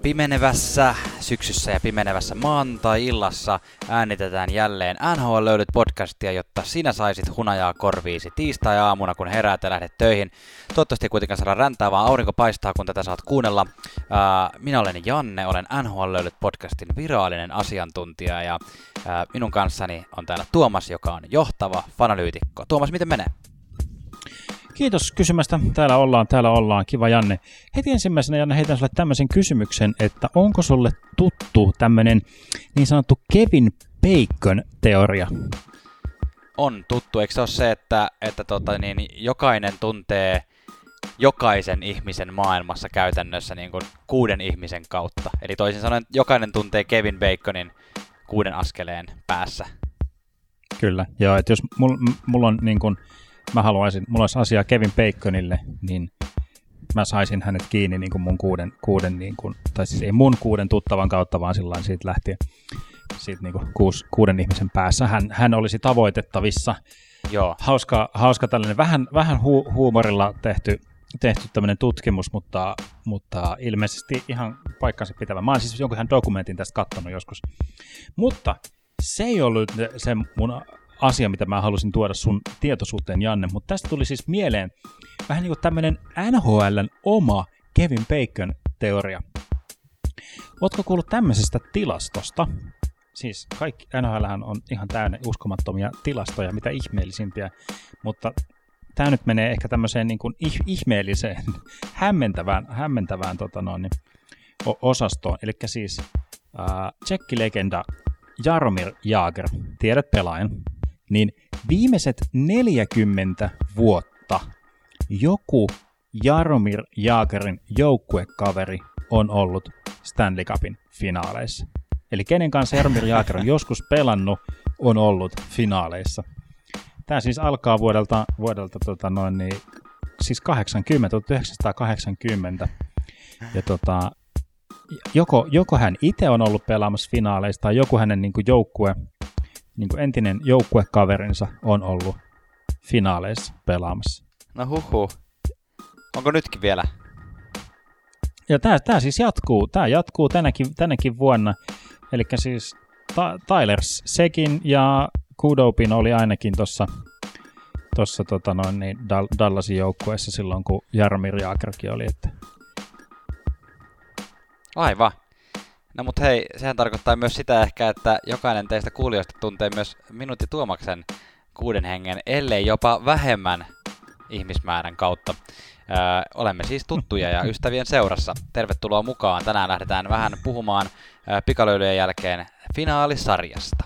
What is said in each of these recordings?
Pimenevässä syksyssä ja pimenevässä maanantai-illassa äänitetään jälleen NHL löydyt podcastia, jotta sinä saisit hunajaa korviisi tiistai-aamuna, kun heräät ja lähdet töihin. Toivottavasti ei kuitenkaan saada räntää, vaan aurinko paistaa, kun tätä saat kuunnella. Minä olen Janne, olen NHL löydyt podcastin virallinen asiantuntija ja minun kanssani on täällä Tuomas, joka on johtava fanalyytikko. Tuomas, miten menee? Kiitos kysymästä. Täällä ollaan. Kiva, Janne. Heti ensimmäisenä, Janne, heitän sulle tämmöisen kysymyksen, että onko sulle tuttu tämmöinen niin sanottu Kevin Bacon-teoria? On tuttu. Eikö se ole se, että jokainen tuntee jokaisen ihmisen maailmassa käytännössä niin kuin 6 ihmisen kautta? Eli toisin sanoen, jokainen tuntee Kevin Baconin 6 askeleen päässä. Kyllä. Joo, että jos mulla on niin kuin mulla olisi asiaa Kevin Baconille, niin mä saisin hänet kiinni niin kuin mun kuuden niin kuin, tai siis ei mun 6 tuttavan kautta, vaan sillain siitä lähtien siitä niin kuin 6 ihmisen päässä. Hän olisi tavoitettavissa. Joo. Hauska tällainen, vähän huumorilla tehty tämmöinen tutkimus, mutta ilmeisesti ihan paikkansa pitävä. Mä oon siis jonkun dokumentin tästä katsonut joskus. Mutta se ei ollut se mun asia, mitä mä halusin tuoda sun tietoisuuteen, Janne, mutta tästä tuli siis mieleen vähän niin kuin tämmöinen NHL:n oma Kevin Bacon-teoria. Ootko kuullut tämmöisestä tilastosta? Siis kaikki NHL:hän on ihan täynnä uskomattomia tilastoja, mitä ihmeellisimpiä, mutta tämä nyt menee ehkä tämmöiseen niin kuin ihmeelliseen, hämmentävään osastoon. Eli siis tsekkilegenda Jaromir Jagr, tiedät pelaajan, niin viimeiset 40 vuotta joku Jaromir Jagrin joukkuekaveri on ollut Stanley Cupin finaaleissa. Eli kenen kanssa Jaromir Jagr on joskus pelannut, on ollut finaaleissa. Tämä siis alkaa vuodelta siis 1980. Ja joko hän itse on ollut pelaamassa finaaleissa tai joku hänen entinen joukkuekaverinsa on ollut finaaleissa pelaamassa. No huhhuh. Onko nytkin vielä? Ja tämä siis jatkuu. Tämä jatkuu tänäkin vuonna. Eli siis Tyler Seguin ja Khudobin oli ainakin tuossa Dallasin joukkueessa silloin, kun Jaromir Jagrkin oli. Että Aivan. No mut hei, sehän tarkoittaa myös sitä ehkä, että jokainen teistä kuulijoista tuntee myös minut ja Tuomaksen 6 hengen, ellei jopa vähemmän ihmismäärän kautta. Olemme siis tuttuja ja ystävien seurassa. Tervetuloa mukaan. Tänään lähdetään vähän puhumaan pikalöylyjen jälkeen finaalisarjasta.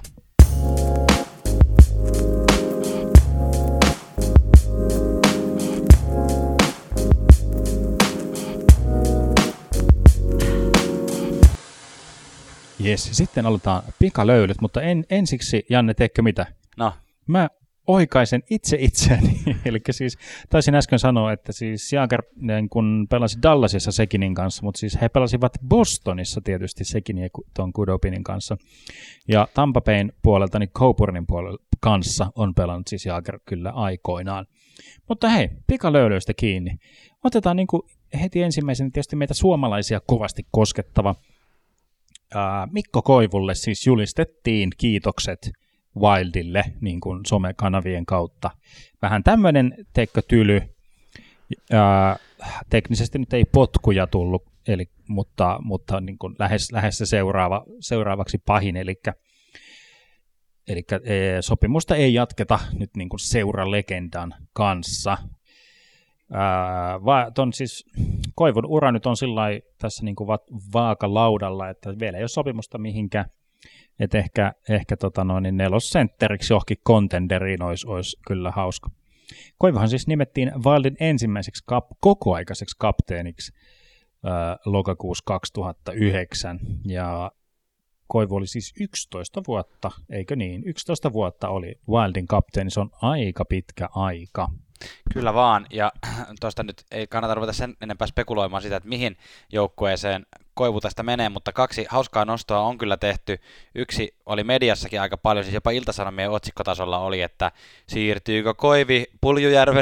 Jes, sitten aloitetaan pikalöylyt, mutta ensiksi, Janne, teekö mitä? No. Mä oikaisen itseäni, eli siis taisin äsken sanoa, että siis Jagr kun pelasi Dallasissa Seguinin kanssa, mutta siis he pelasivat Bostonissa tietysti Seguinin ja tuon Khudobinin kanssa, ja Tampa Bayn puolelta, niin Coburnin kanssa on pelannut siis Jagr kyllä aikoinaan. Mutta hei, pikalöylyistä kiinni. Otetaan niin kuin heti ensimmäisenä tietysti meitä suomalaisia kovasti koskettava. Mikko Koivulle siis julistettiin kiitokset Wildille niin kuin somekanavien kautta. Vähän tämmöinen tyly. Teknisesti nyt ei potkuja tullut, mutta niin kuin lähes se seuraavaksi pahin. Eli sopimusta ei jatketa nyt niin kuin seuralegendan kanssa. Siis Koivun ura nyt on sillai tässä niin kuin vaakalaudalla, että vielä ei ole sopimusta mihinkään, että ehkä nelosentteriksi johonkin contenderiin olisi kyllä hauska. Koivuhan siis nimettiin Wildin ensimmäiseksi kokoaikaiseksi kapteeniksi lokakuussa 2009, ja Koivu oli siis 11 vuotta, eikö niin? 11 vuotta oli Wildin kapteeni, se on aika pitkä aika. Kyllä vaan, ja tuosta nyt ei kannata ruveta sen enempää spekuloimaan sitä, että mihin joukkueeseen Koivu tästä menee, mutta 2 hauskaa nostoa on kyllä tehty. Yksi oli mediassakin aika paljon, siis jopa Ilta-Sanomien otsikkotasolla oli, että siirtyykö Koivi Puljujärven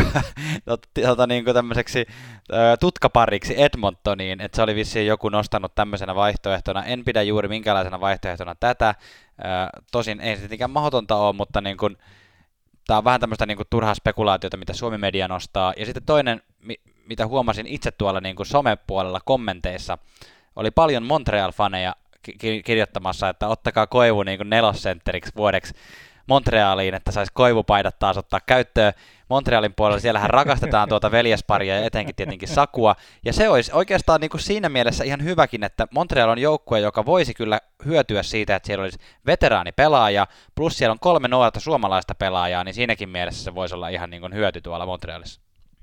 niin kuin tämmöiseksi tutkapariksi Edmontoniin, että se oli vissiin joku nostanut tämmöisenä vaihtoehtona. En pidä juuri minkälaisena vaihtoehtona tätä, tosin ei se tietenkään mahdotonta ole, mutta niin kuin, tämä on vähän tämmöistä niin kuin turhaa spekulaatiota, mitä Suomi Media nostaa. Ja sitten toinen, mitä huomasin itse tuolla niin kuin somepuolella kommenteissa, oli paljon Montreal-faneja kirjoittamassa, että ottakaa Koivu niin kuin nelosentteriksi vuodeksi Montrealiin, että saisi Koivupaidat taas ottaa käyttöön. Montrealin puolella siellähän rakastetaan tuota veljesparia ja etenkin tietenkin Sakua. Ja se olisi oikeastaan niin kuin siinä mielessä ihan hyväkin, että Montreal on joukkue, joka voisi kyllä hyötyä siitä, että siellä olisi veteraanipelaaja, plus siellä on 3 nuorta suomalaista pelaajaa, niin siinäkin mielessä se voisi olla ihan niin kuin hyöty tuolla Montrealissa.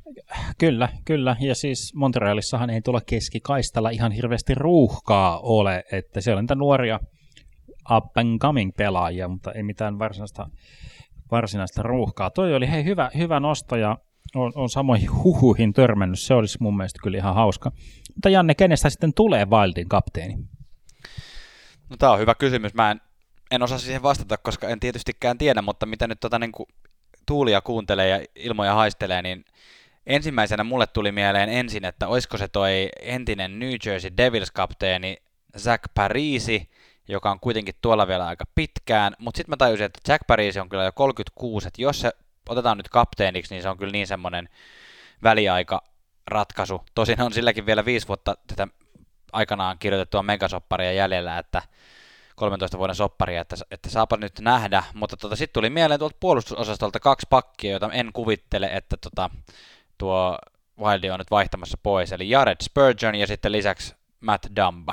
Kyllä. Ja siis Montrealissahan ei tuolla keskikaistalla ihan hirveästi ruuhkaa ole, että siellä on niitä nuoria up and coming pelaajia, mutta ei mitään varsinaista ruuhkaa. Toi oli hyvä nosto ja on samoihin huhuihin törmännyt. Se olisi mun mielestä kyllä ihan hauska. Mutta Janne, kenestä sitten tulee Wildin kapteeni? No tää on hyvä kysymys. Mä en osaa siihen vastata, koska en tietystikään tiedä, mutta mitä nyt niin kuin tuulia kuuntelee ja ilmoja haistelee, niin ensimmäisenä mulle tuli mieleen ensin, että olisiko se toi entinen New Jersey Devils-kapteeni Zach Parise, joka on kuitenkin tuolla vielä aika pitkään, mutta sitten mä tajusin, että Jack Parise on kyllä jo 36, että jos se otetaan nyt kapteeniksi, niin se on kyllä niin semmoinen väliaikaratkaisu. Tosin on silläkin vielä 5 vuotta tätä aikanaan kirjoitettua megasopparia jäljellä, että 13 vuoden sopparia, että saapa nyt nähdä, mutta sitten tuli mieleen tuolta puolustusosastolta 2 pakkia, joita en kuvittele, että tuo Wildi on nyt vaihtamassa pois, eli Jared Spurgeon ja sitten lisäksi Matt Dumba.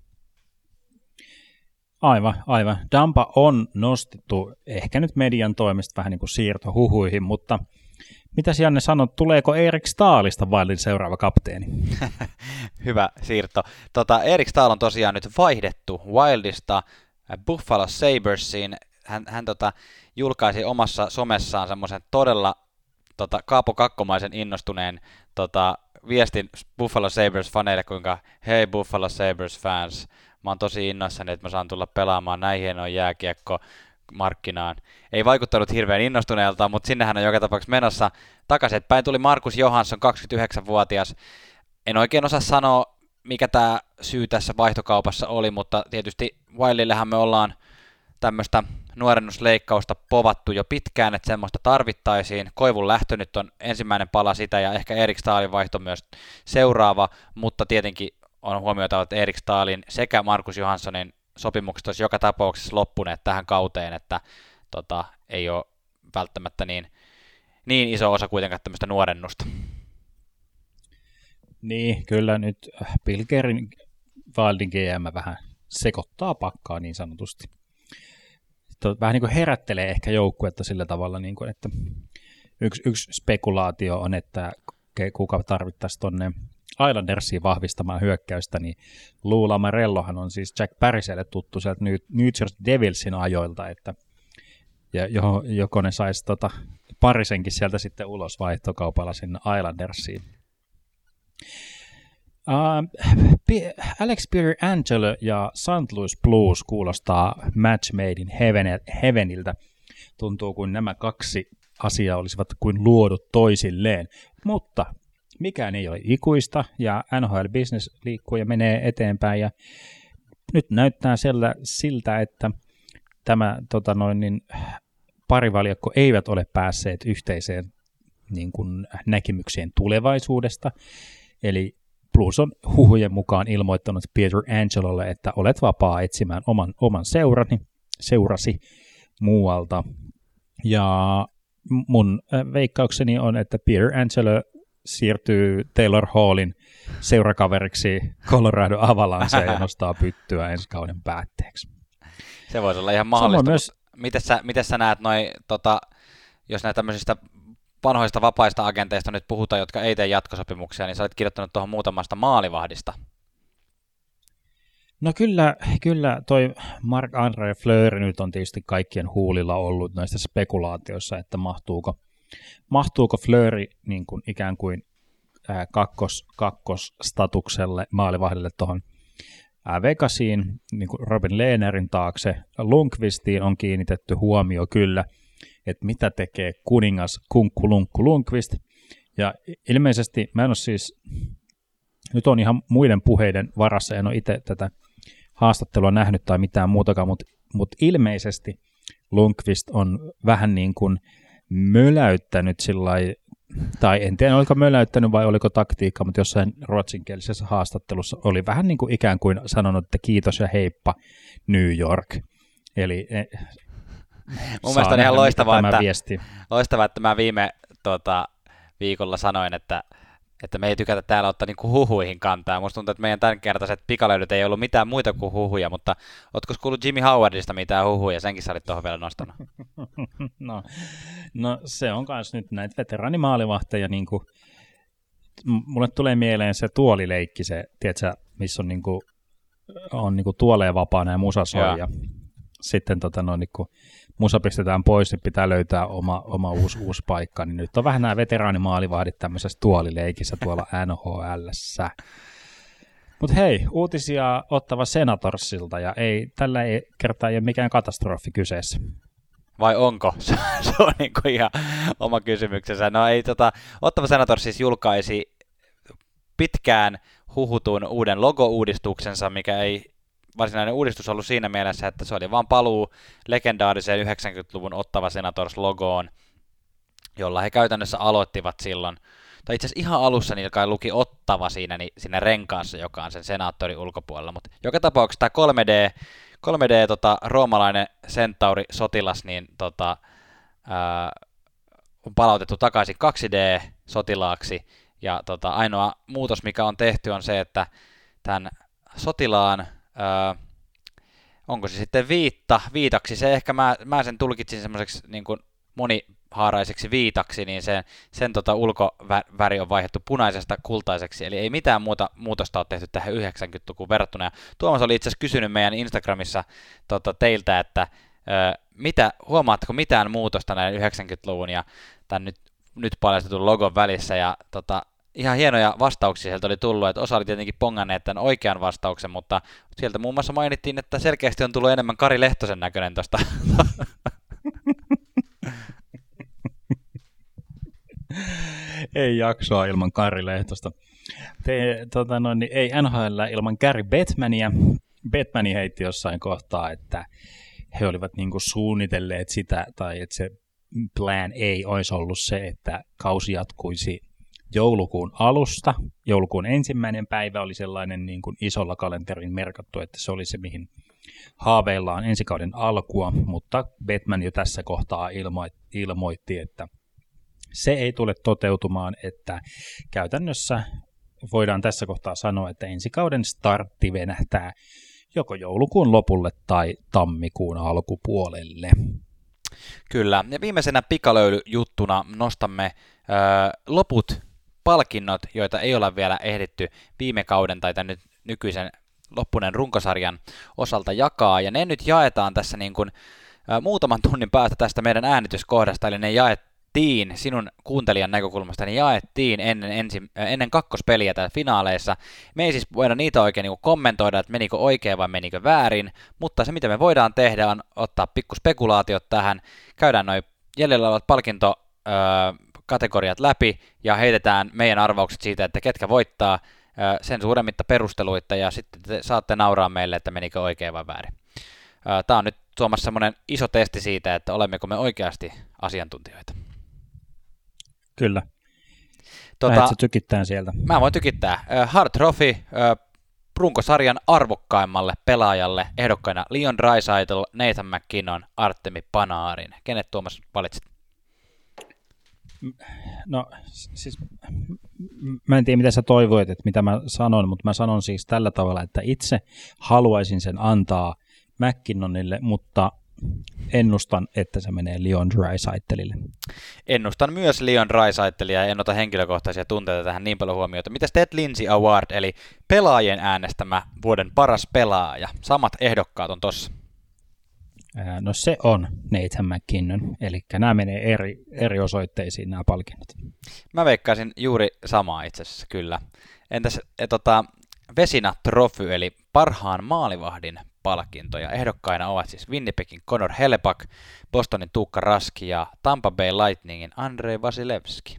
Aivan. Dumba on nostettu ehkä nyt median toimesta vähän niin kuin siirtohuhuihin, mutta mitäs Janne sanot, tuleeko Erik Staalista Wildin seuraava kapteeni? Hyvä siirto. Erik Staal on tosiaan nyt vaihdettu Wildista Buffalo Sabersiin. Hän julkaisi omassa somessaan semmoisen todella Kaapo Kakkomaisen innostuneen viestin Buffalo Sabres-faneille, kuinka hei Buffalo Sabres-fans, mä oon tosi innoissani, että mä saan tulla pelaamaan näin hienoon jääkiekko-markkinaan. Ei vaikuttanut hirveän innostuneelta, mutta sinnehän on joka tapauksessa menossa takaisin. Päin tuli Markus Johansson, 29-vuotias. En oikein osaa sanoa, mikä tämä syy tässä vaihtokaupassa oli, mutta tietysti Wildillehän me ollaan tämmöistä nuorennusleikkausta povattu jo pitkään, että semmoista tarvittaisiin. Koivun lähtö nyt on ensimmäinen pala sitä ja ehkä Erik Staalin vaihto myös seuraava, mutta tietenkin on huomioitava, että Erik Staalin sekä Markus Johanssonin sopimukset olisi joka tapauksessa loppuneet tähän kauteen, että ei ole välttämättä niin iso osa kuitenkaan tämmöistä nuorennusta. Niin, kyllä nyt Pilkerin Wildin GM vähän sekoittaa pakkaa niin sanotusti. Vähän niin kuin herättelee ehkä joukkuetta sillä tavalla, niin kuin, että yksi spekulaatio on, että kuka tarvittaisiin tuonne Islandersiin vahvistamaan hyökkäystä, niin Lou Lamoriellohan on siis Jack Pariselle tuttu sieltä New Jersey Devilsin ajoilta, että ja joko ne saisi Parisenkin sieltä sitten ulos vaihtokaupalla sinne Islandersiin. Alex Pietrangelo ja St. Louis Blues kuulostaa match made in heaveniltä. Tuntuu kuin nämä 2 asiaa olisivat kuin luodut toisilleen, mutta mikään ei ole ikuista ja NHL-business liikkuu ja menee eteenpäin ja nyt näyttää siltä, että tämä parivaljakko eivät ole päässeet yhteiseen niin kuin näkemykseen tulevaisuudesta, eli Blues on huhujen mukaan ilmoittanut Pietrangelolle, että olet vapaa etsimään oman seurasi muualta. Ja mun veikkaukseni on, että Pietrangelo siirtyy Taylor Hallin seurakaveriksi Colorado Avalanceen ja nostaa pyttyä ensi kauden päätteeksi. Se voisi olla ihan mahdollista. Myös miten sä näet jos näitä tämmöisistä vanhoista vapaista agenteista nyt puhutaan, jotka ei tee jatkosopimuksia, niin sä olet kirjoittanut tuohon muutamasta maalivahdista. No kyllä toi Marc-André Fleury nyt on tietysti kaikkien huulilla ollut näistä spekulaatioissa, että mahtuuko Fleury niin kuin ikään kuin kakkosstatukselle maalivahdille tuohon Vegasiin, niin kuin Robin Lehnerin taakse. Lundqvistiin on kiinnitetty huomio kyllä, että mitä tekee kuningas Kunkku Lunkku Lundqvist. Ja ilmeisesti, mä en ole siis, nyt on ihan muiden puheiden varassa, en ole itse tätä haastattelua nähnyt tai mitään muutakaan, mutta ilmeisesti Lundqvist on vähän niin kuin möläyttänyt sillai, tai en tiedä oliko möläyttänyt vai oliko taktiikka, mutta jossain ruotsinkielisessä haastattelussa oli vähän niin kuin ikään kuin sanonut, että kiitos ja heippa New York. Eli mun mielestä on ihan loistavaa, että mä viime viikolla sanoin, että me ei tykätä täällä ottaa niinku huhuihin kantaa. Musta tuntuu, että meidän tämänkertaiset pikalöydyt ei ollut mitään muita kuin huhuja, mutta ootko kuullut Jimmy Howardista mitään huhuja? Senkin sä olit tuohon vielä nostanut. No se on myös nyt näitä veteraanimaalivahteja. Niinku, mulle tulee mieleen se tuolileikki, se, tiedätkö, missä on, niinku tuoleen vapaana ja musa soi. Ja sitten niinku, musa pistetään pois, niin pitää löytää oma uusi paikka. Niin nyt on vähän nämä veteraanimaalivahdit tämmöisessä tuolileikissä tuolla NHL:ssä. Mutta hei, uutisia Ottawa Senatorsilta, ja tällä kertaa ei ole mikään katastrofi kyseessä. Vai onko? Se on niinku ihan oma kysymyksensä. No ei Ottawa Senators siis julkaisi pitkään huhutun uuden logo-uudistuksensa, mikä ei varsinainen uudistus ollut siinä mielessä, että se oli vaan paluu legendaariseen 90-luvun Ottawa Senators-logoon, jolla he käytännössä aloittivat silloin, tai itse asiassa ihan alussa niillä kai luki Ottawa siinä renkaassa, joka on sen senaattorin ulkopuolella, mutta joka tapauksessa tämä 3D roomalainen centauri-sotilas niin on palautettu takaisin 2D-sotilaaksi, ja ainoa muutos, mikä on tehty, on se, että tämän sotilaan onko se sitten viitaksi, se ehkä mä sen tulkitsin semmoiseksi niin kuin monihaaraiseksi viitaksi, niin sen ulkoväri on vaihdettu punaisesta kultaiseksi, eli ei mitään muutosta ole tehty tähän 90-lukuun verrattuna. Ja Tuomas oli itse asiassa kysynyt meidän Instagramissa teiltä, että huomaatteko mitään muutosta näiden 90-luvun ja tämän nyt paljastetun logon välissä, ja ihan hienoja vastauksia sieltä oli tullut, että osa oli tietenkin ponganneet tämän oikean vastauksen, mutta sieltä muun muassa mainittiin, että selkeästi on tullut enemmän Kari Lehtosen näköinen tuosta. Ei jaksoa ilman Kari Lehtosta. Ei NHL ilman Gary Bettmania. Bettmani heitti jossain kohtaa, että he olivat niinku suunnitelleet sitä, tai että se plan A olisi ollut se, että kausi jatkuisi joulukuun alusta. Joulukuun 1. päivä oli sellainen niin kuin isolla kalenterin merkattu, että se oli se, mihin haaveillaan ensi kauden alkua, mutta Bettman jo tässä kohtaa ilmoitti, että se ei tule toteutumaan, että käytännössä voidaan tässä kohtaa sanoa, että ensi kauden startti venähtää joko joulukuun lopulle tai tammikuun alkupuolelle. Kyllä, ja viimeisenä pikalöylyjuttuna nostamme loput palkinnot, joita ei ole vielä ehditty viime kauden tai tämän nyt nykyisen loppuneen runkosarjan osalta jakaa, ja ne nyt jaetaan tässä niin kuin muutaman tunnin päästä tästä meidän äänityskohdasta, eli ne jaettiin sinun kuuntelijan näkökulmasta, ne jaettiin ennen kakkospeliä täällä finaaleissa. Me ei siis voida niitä oikein niin kommentoida, että menikö oikein vai menikö väärin, mutta se mitä me voidaan tehdä on ottaa pikku spekulaatiot tähän, käydään noi jäljellä olevat kategoriat läpi ja heitetään meidän arvaukset siitä, että ketkä voittaa sen suuremmitta perusteluita ja sitten te saatte nauraa meille, että menikö oikein vai väärin. Tämä on nyt Tuomas semmoinen iso testi siitä, että olemmeko me oikeasti asiantuntijoita. Kyllä. Lähdetkö tykittämään sieltä? Mä voin tykittää. Hart Trophy runkosarjan arvokkaimmalle pelaajalle ehdokkaina Leon Draisaitl, Nathan MacKinnon, Artemi Panarin. Kenet Tuomas valitsit? No siis mä en tiedä mitä sä toivoit, että mitä mä sanon, mutta mä sanon siis tällä tavalla, että itse haluaisin sen antaa MacKinnonille, mutta ennustan, että se menee Leon Draisaitlille. Ennustan myös Leon Draisaitlille ja en ota henkilökohtaisia tunteita tähän niin paljon huomiota. Mitäs Ted Lindsay Award, eli pelaajien äänestämä vuoden paras pelaaja? Samat ehdokkaat on tossa. No se on Nathan MacKinnon, eli nämä menee eri osoitteisiin nämä palkinnot. Mä veikkaisin juuri samaa itse asiassa, kyllä. Entäs Vesina Trophy, eli parhaan maalivahdin palkinto. Ja ehdokkaina ovat siis Winnipegin Connor Hellebuyck, Bostonin Tuukka Rask ja Tampa Bay Lightningin Andrei Vasilevski.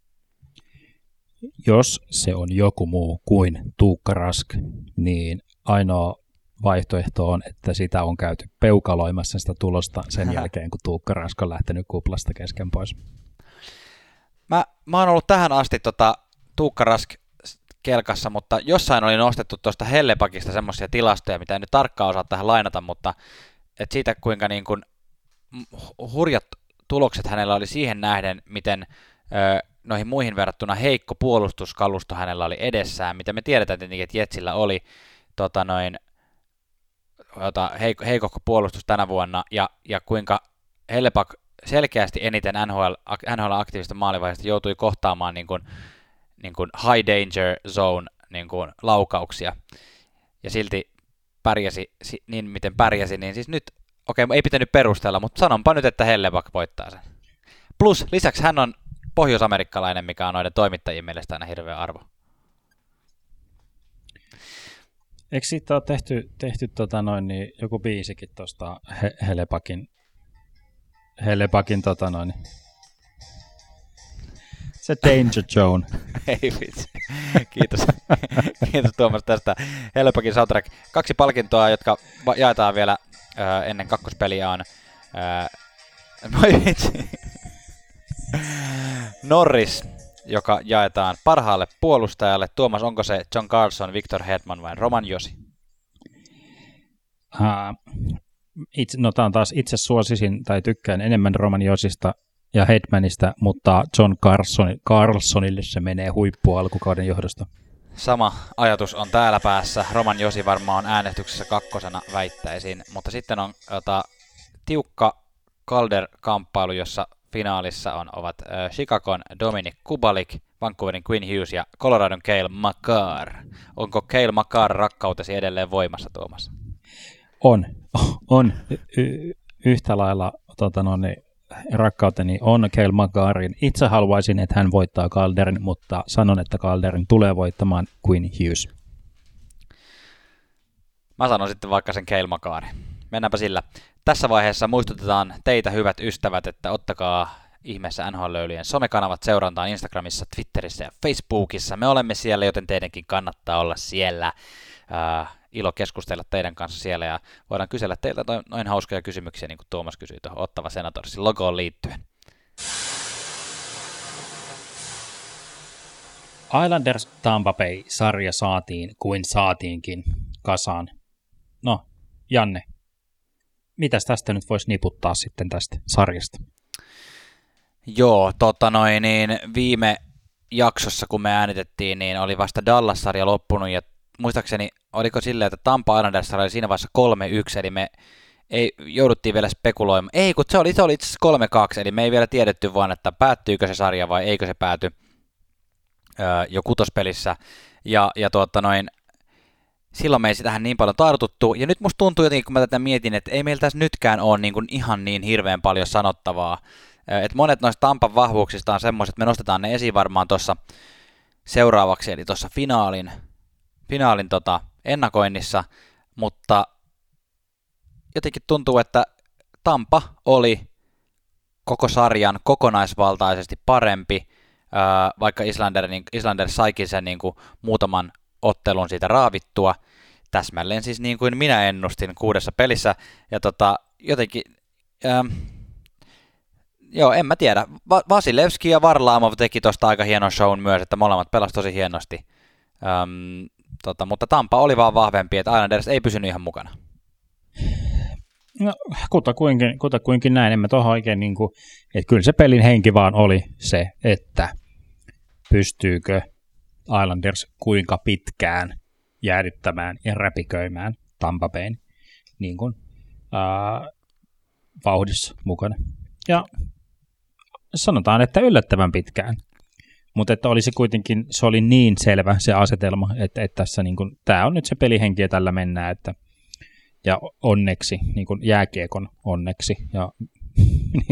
Jos se on joku muu kuin Tuukka Rask, niin ainoa vaihtoehto on, että sitä on käyty peukaloimassa sitä tulosta sen jälkeen, kun Tuukka Rask on lähtenyt kuplasta kesken pois. Mä oon ollut tähän asti Tuukka Rask kelkassa, mutta jossain oli nostettu tuosta Hellebuyckista semmoisia tilastoja, mitä en nyt tarkkaan osaa tähän lainata, mutta et siitä kuinka niin kuin hurjat tulokset hänellä oli siihen nähden, miten noihin muihin verrattuna heikko puolustuskalusto hänellä oli edessään, mitä me tiedetään tietenkin, että Jetsillä oli heikko puolustus tänä vuonna, ja kuinka Hellebuyck selkeästi eniten NHL-aktiivista maalivahdista joutui kohtaamaan niin kuin high danger zone niin kuin laukauksia, ja silti pärjäsi niin, miten pärjäsi, niin siis nyt, ei pitänyt perustella, mutta sanonpa nyt, että Hellebuyck voittaa sen. Plus, lisäksi hän on pohjois-amerikkalainen, mikä on noiden toimittajien mielestä aina hirveä arvo. Eikö siitä ole tehty joku biisikin tuosta Hellebuyckin se Danger Zone. Ei vitsi. Kiitos Tuomas tästä. Hellebuyckin soundtrack. 2 palkintoa, jotka jaetaan vielä ennen kakkospeliä on Norris, joka jaetaan parhaalle puolustajalle. Tuomas, onko se John Carlson, Victor Hedman vai Roman Josi? Itse suosisin tai tykkään enemmän Roman Josista ja Hedmanista, mutta John Carlsonille se menee huippualkukauden johdosta. Sama ajatus on täällä päässä. Roman Josi varmaan on äänestyksessä 2. väittäisin, mutta sitten on tiukka Calder-kamppailu, jossa finaalissa ovat Chicagon Dominic Kubalik, Vancouverin Quinn Hughes ja Coloradon Cale Makar. Onko Cale Makar rakkautesi edelleen voimassa, Tuomas? On. Yhtä lailla rakkauteni on Cale Makarin. Itse haluaisin, että hän voittaa Calderin, mutta sanon, että Calderin tulee voittamaan Quinn Hughes. Mä sanon sitten vaikka sen Cale Makarin. Mennäänpä sillä. Tässä vaiheessa muistutetaan teitä, hyvät ystävät, että ottakaa ihmeessä NHL-löylyjen somekanavat seurantaan Instagramissa, Twitterissä ja Facebookissa. Me olemme siellä, joten teidänkin kannattaa olla siellä. Ilo keskustella teidän kanssa siellä ja voidaan kysellä teiltä noin hauskoja kysymyksiä, niin kuin Tuomas kysyi tuohon Ottawa Senatorsin logoon liittyen. Islanders Tampa Bay-sarja saatiin kuin saatiinkin kasaan. No, Janne, mitäs tästä nyt voisi niputtaa sitten tästä sarjasta? Joo, viime jaksossa, kun me äänitettiin, niin oli vasta Dallas-sarja loppunut, ja muistaakseni oliko silleen, että Tampa Islanders oli siinä vaiheessa 3-1, eli me jouduttiin vielä spekuloimaan. Ei, kun se oli itse asiassa 3-2, eli me ei vielä tiedetty vaan, että päättyykö se sarja vai eikö se pääty jo kutospelissä. Ja silloin me ei sitähän niin paljon tartuttu, ja nyt musta tuntuu jotenkin, kun mä tätä mietin, että ei meillä tässä nytkään ole niin kuin ihan niin hirveän paljon sanottavaa. Että monet noista Tampan vahvuuksista on semmoiset, että me nostetaan ne esiin varmaan tuossa seuraavaksi, eli tuossa finaalin ennakoinnissa, mutta jotenkin tuntuu, että Tampa oli koko sarjan kokonaisvaltaisesti parempi, vaikka Islanders saikin sen niin kuin muutaman ottelun siitä raavittua, täsmälleen siis niin kuin minä ennustin 6 pelissä, ja jotenkin, en mä tiedä, Vasilevski ja Varlamov teki tuosta aika hienon shown myös, että molemmat pelasivat tosi hienosti, mutta Tampa oli vaan vahvempi, että Islanders ei pysynyt ihan mukana. No, kutakuinkin näin, en mä tuohon oikein, että kyllä se pelin henki vaan oli se, että pystyykö Islanders kuinka pitkään jäädyttämään ja räpiköimään Tampa Bayn vauhdissa mukana. Ja sanotaan, että yllättävän pitkään. Mutta että olisi kuitenkin, se oli niin selvä se asetelma, että tässä tämä on nyt se pelihenki ja tällä mennään, ja onneksi, jääkiekon onneksi, ja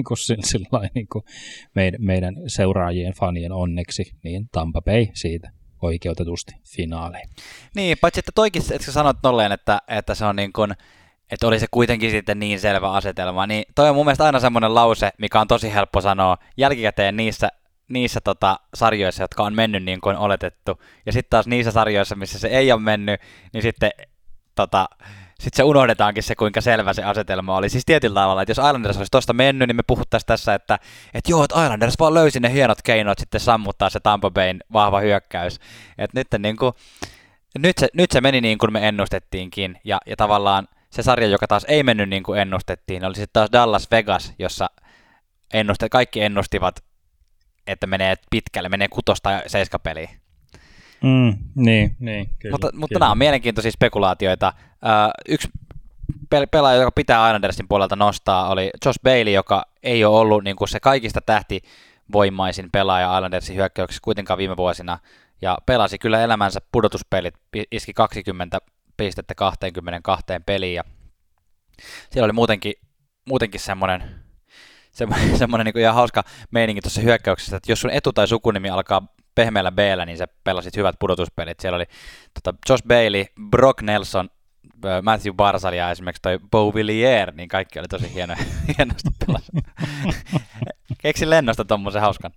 meidän seuraajien, fanien onneksi, niin Tampa Bay siitä oikeutetusti finaaleihin. Niin, paitsi että toikin, että sä sanoit tolleen, että se on niin kuin, että oli se kuitenkin sitten niin selvä asetelma, niin toi on mun mielestä aina semmoinen lause, mikä on tosi helppo sanoa jälkikäteen niissä sarjoissa, jotka on mennyt niin kuin oletettu, ja sitten taas niissä sarjoissa, missä se ei ole mennyt, niin sitten se unohdetaankin se, kuinka selvä se asetelma oli. Siis tietyllä tavalla, että jos Islanders olisi tuosta mennyt, niin me puhuttaisiin tässä, että joo, että Islanders vaan löysi ne hienot keinot sitten sammuttaa se Tampa Bayn vahva hyökkäys. Että nyt se meni niin kuin me ennustettiinkin, ja tavallaan se sarja, joka taas ei mennyt niin kuin ennustettiin, oli sitten taas Dallas Vegas, jossa kaikki ennustivat, että menee pitkälle, menee 6 tai 7 peliä. Niin, kyllä. Mutta nämä on mielenkiintoisia spekulaatioita. Yksi pelaaja, joka pitää Islandersin puolelta nostaa, oli Josh Bailey, joka ei ole ollut niin kuin se kaikista tähtivoimaisin pelaaja Islandersin hyökkäyksessä kuitenkaan viime vuosina, ja pelasi kyllä elämänsä pudotuspelit, iski 20 pistettä 22 peliin, ja siellä oli muutenkin semmoinen niin kuin ihan hauska meininki tuossa hyökkäyksessä, että jos sun etu- tai sukunimi alkaa pehmeällä B-llä, niin sä pelasit hyvät pudotuspelit. Siellä oli Josh Bailey, Brock Nelson, Matthew Barzal ja esimerkiksi toi Beau Villiers, niin kaikki oli tosi hienosti pelasi. Keksin lennosta tommosen hauskan.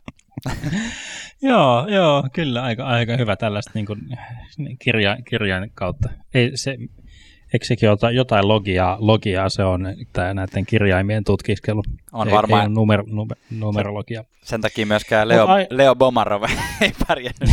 Joo, kyllä aika hyvä tällaista niin kuin kirjain kautta. Eikö sekin ole jotain logiaa se on näiden kirjaimien tutkiskelu? On varmaan. Ei numerologia. Sen takia myöskään Leo Bomarov ei pärjännyt.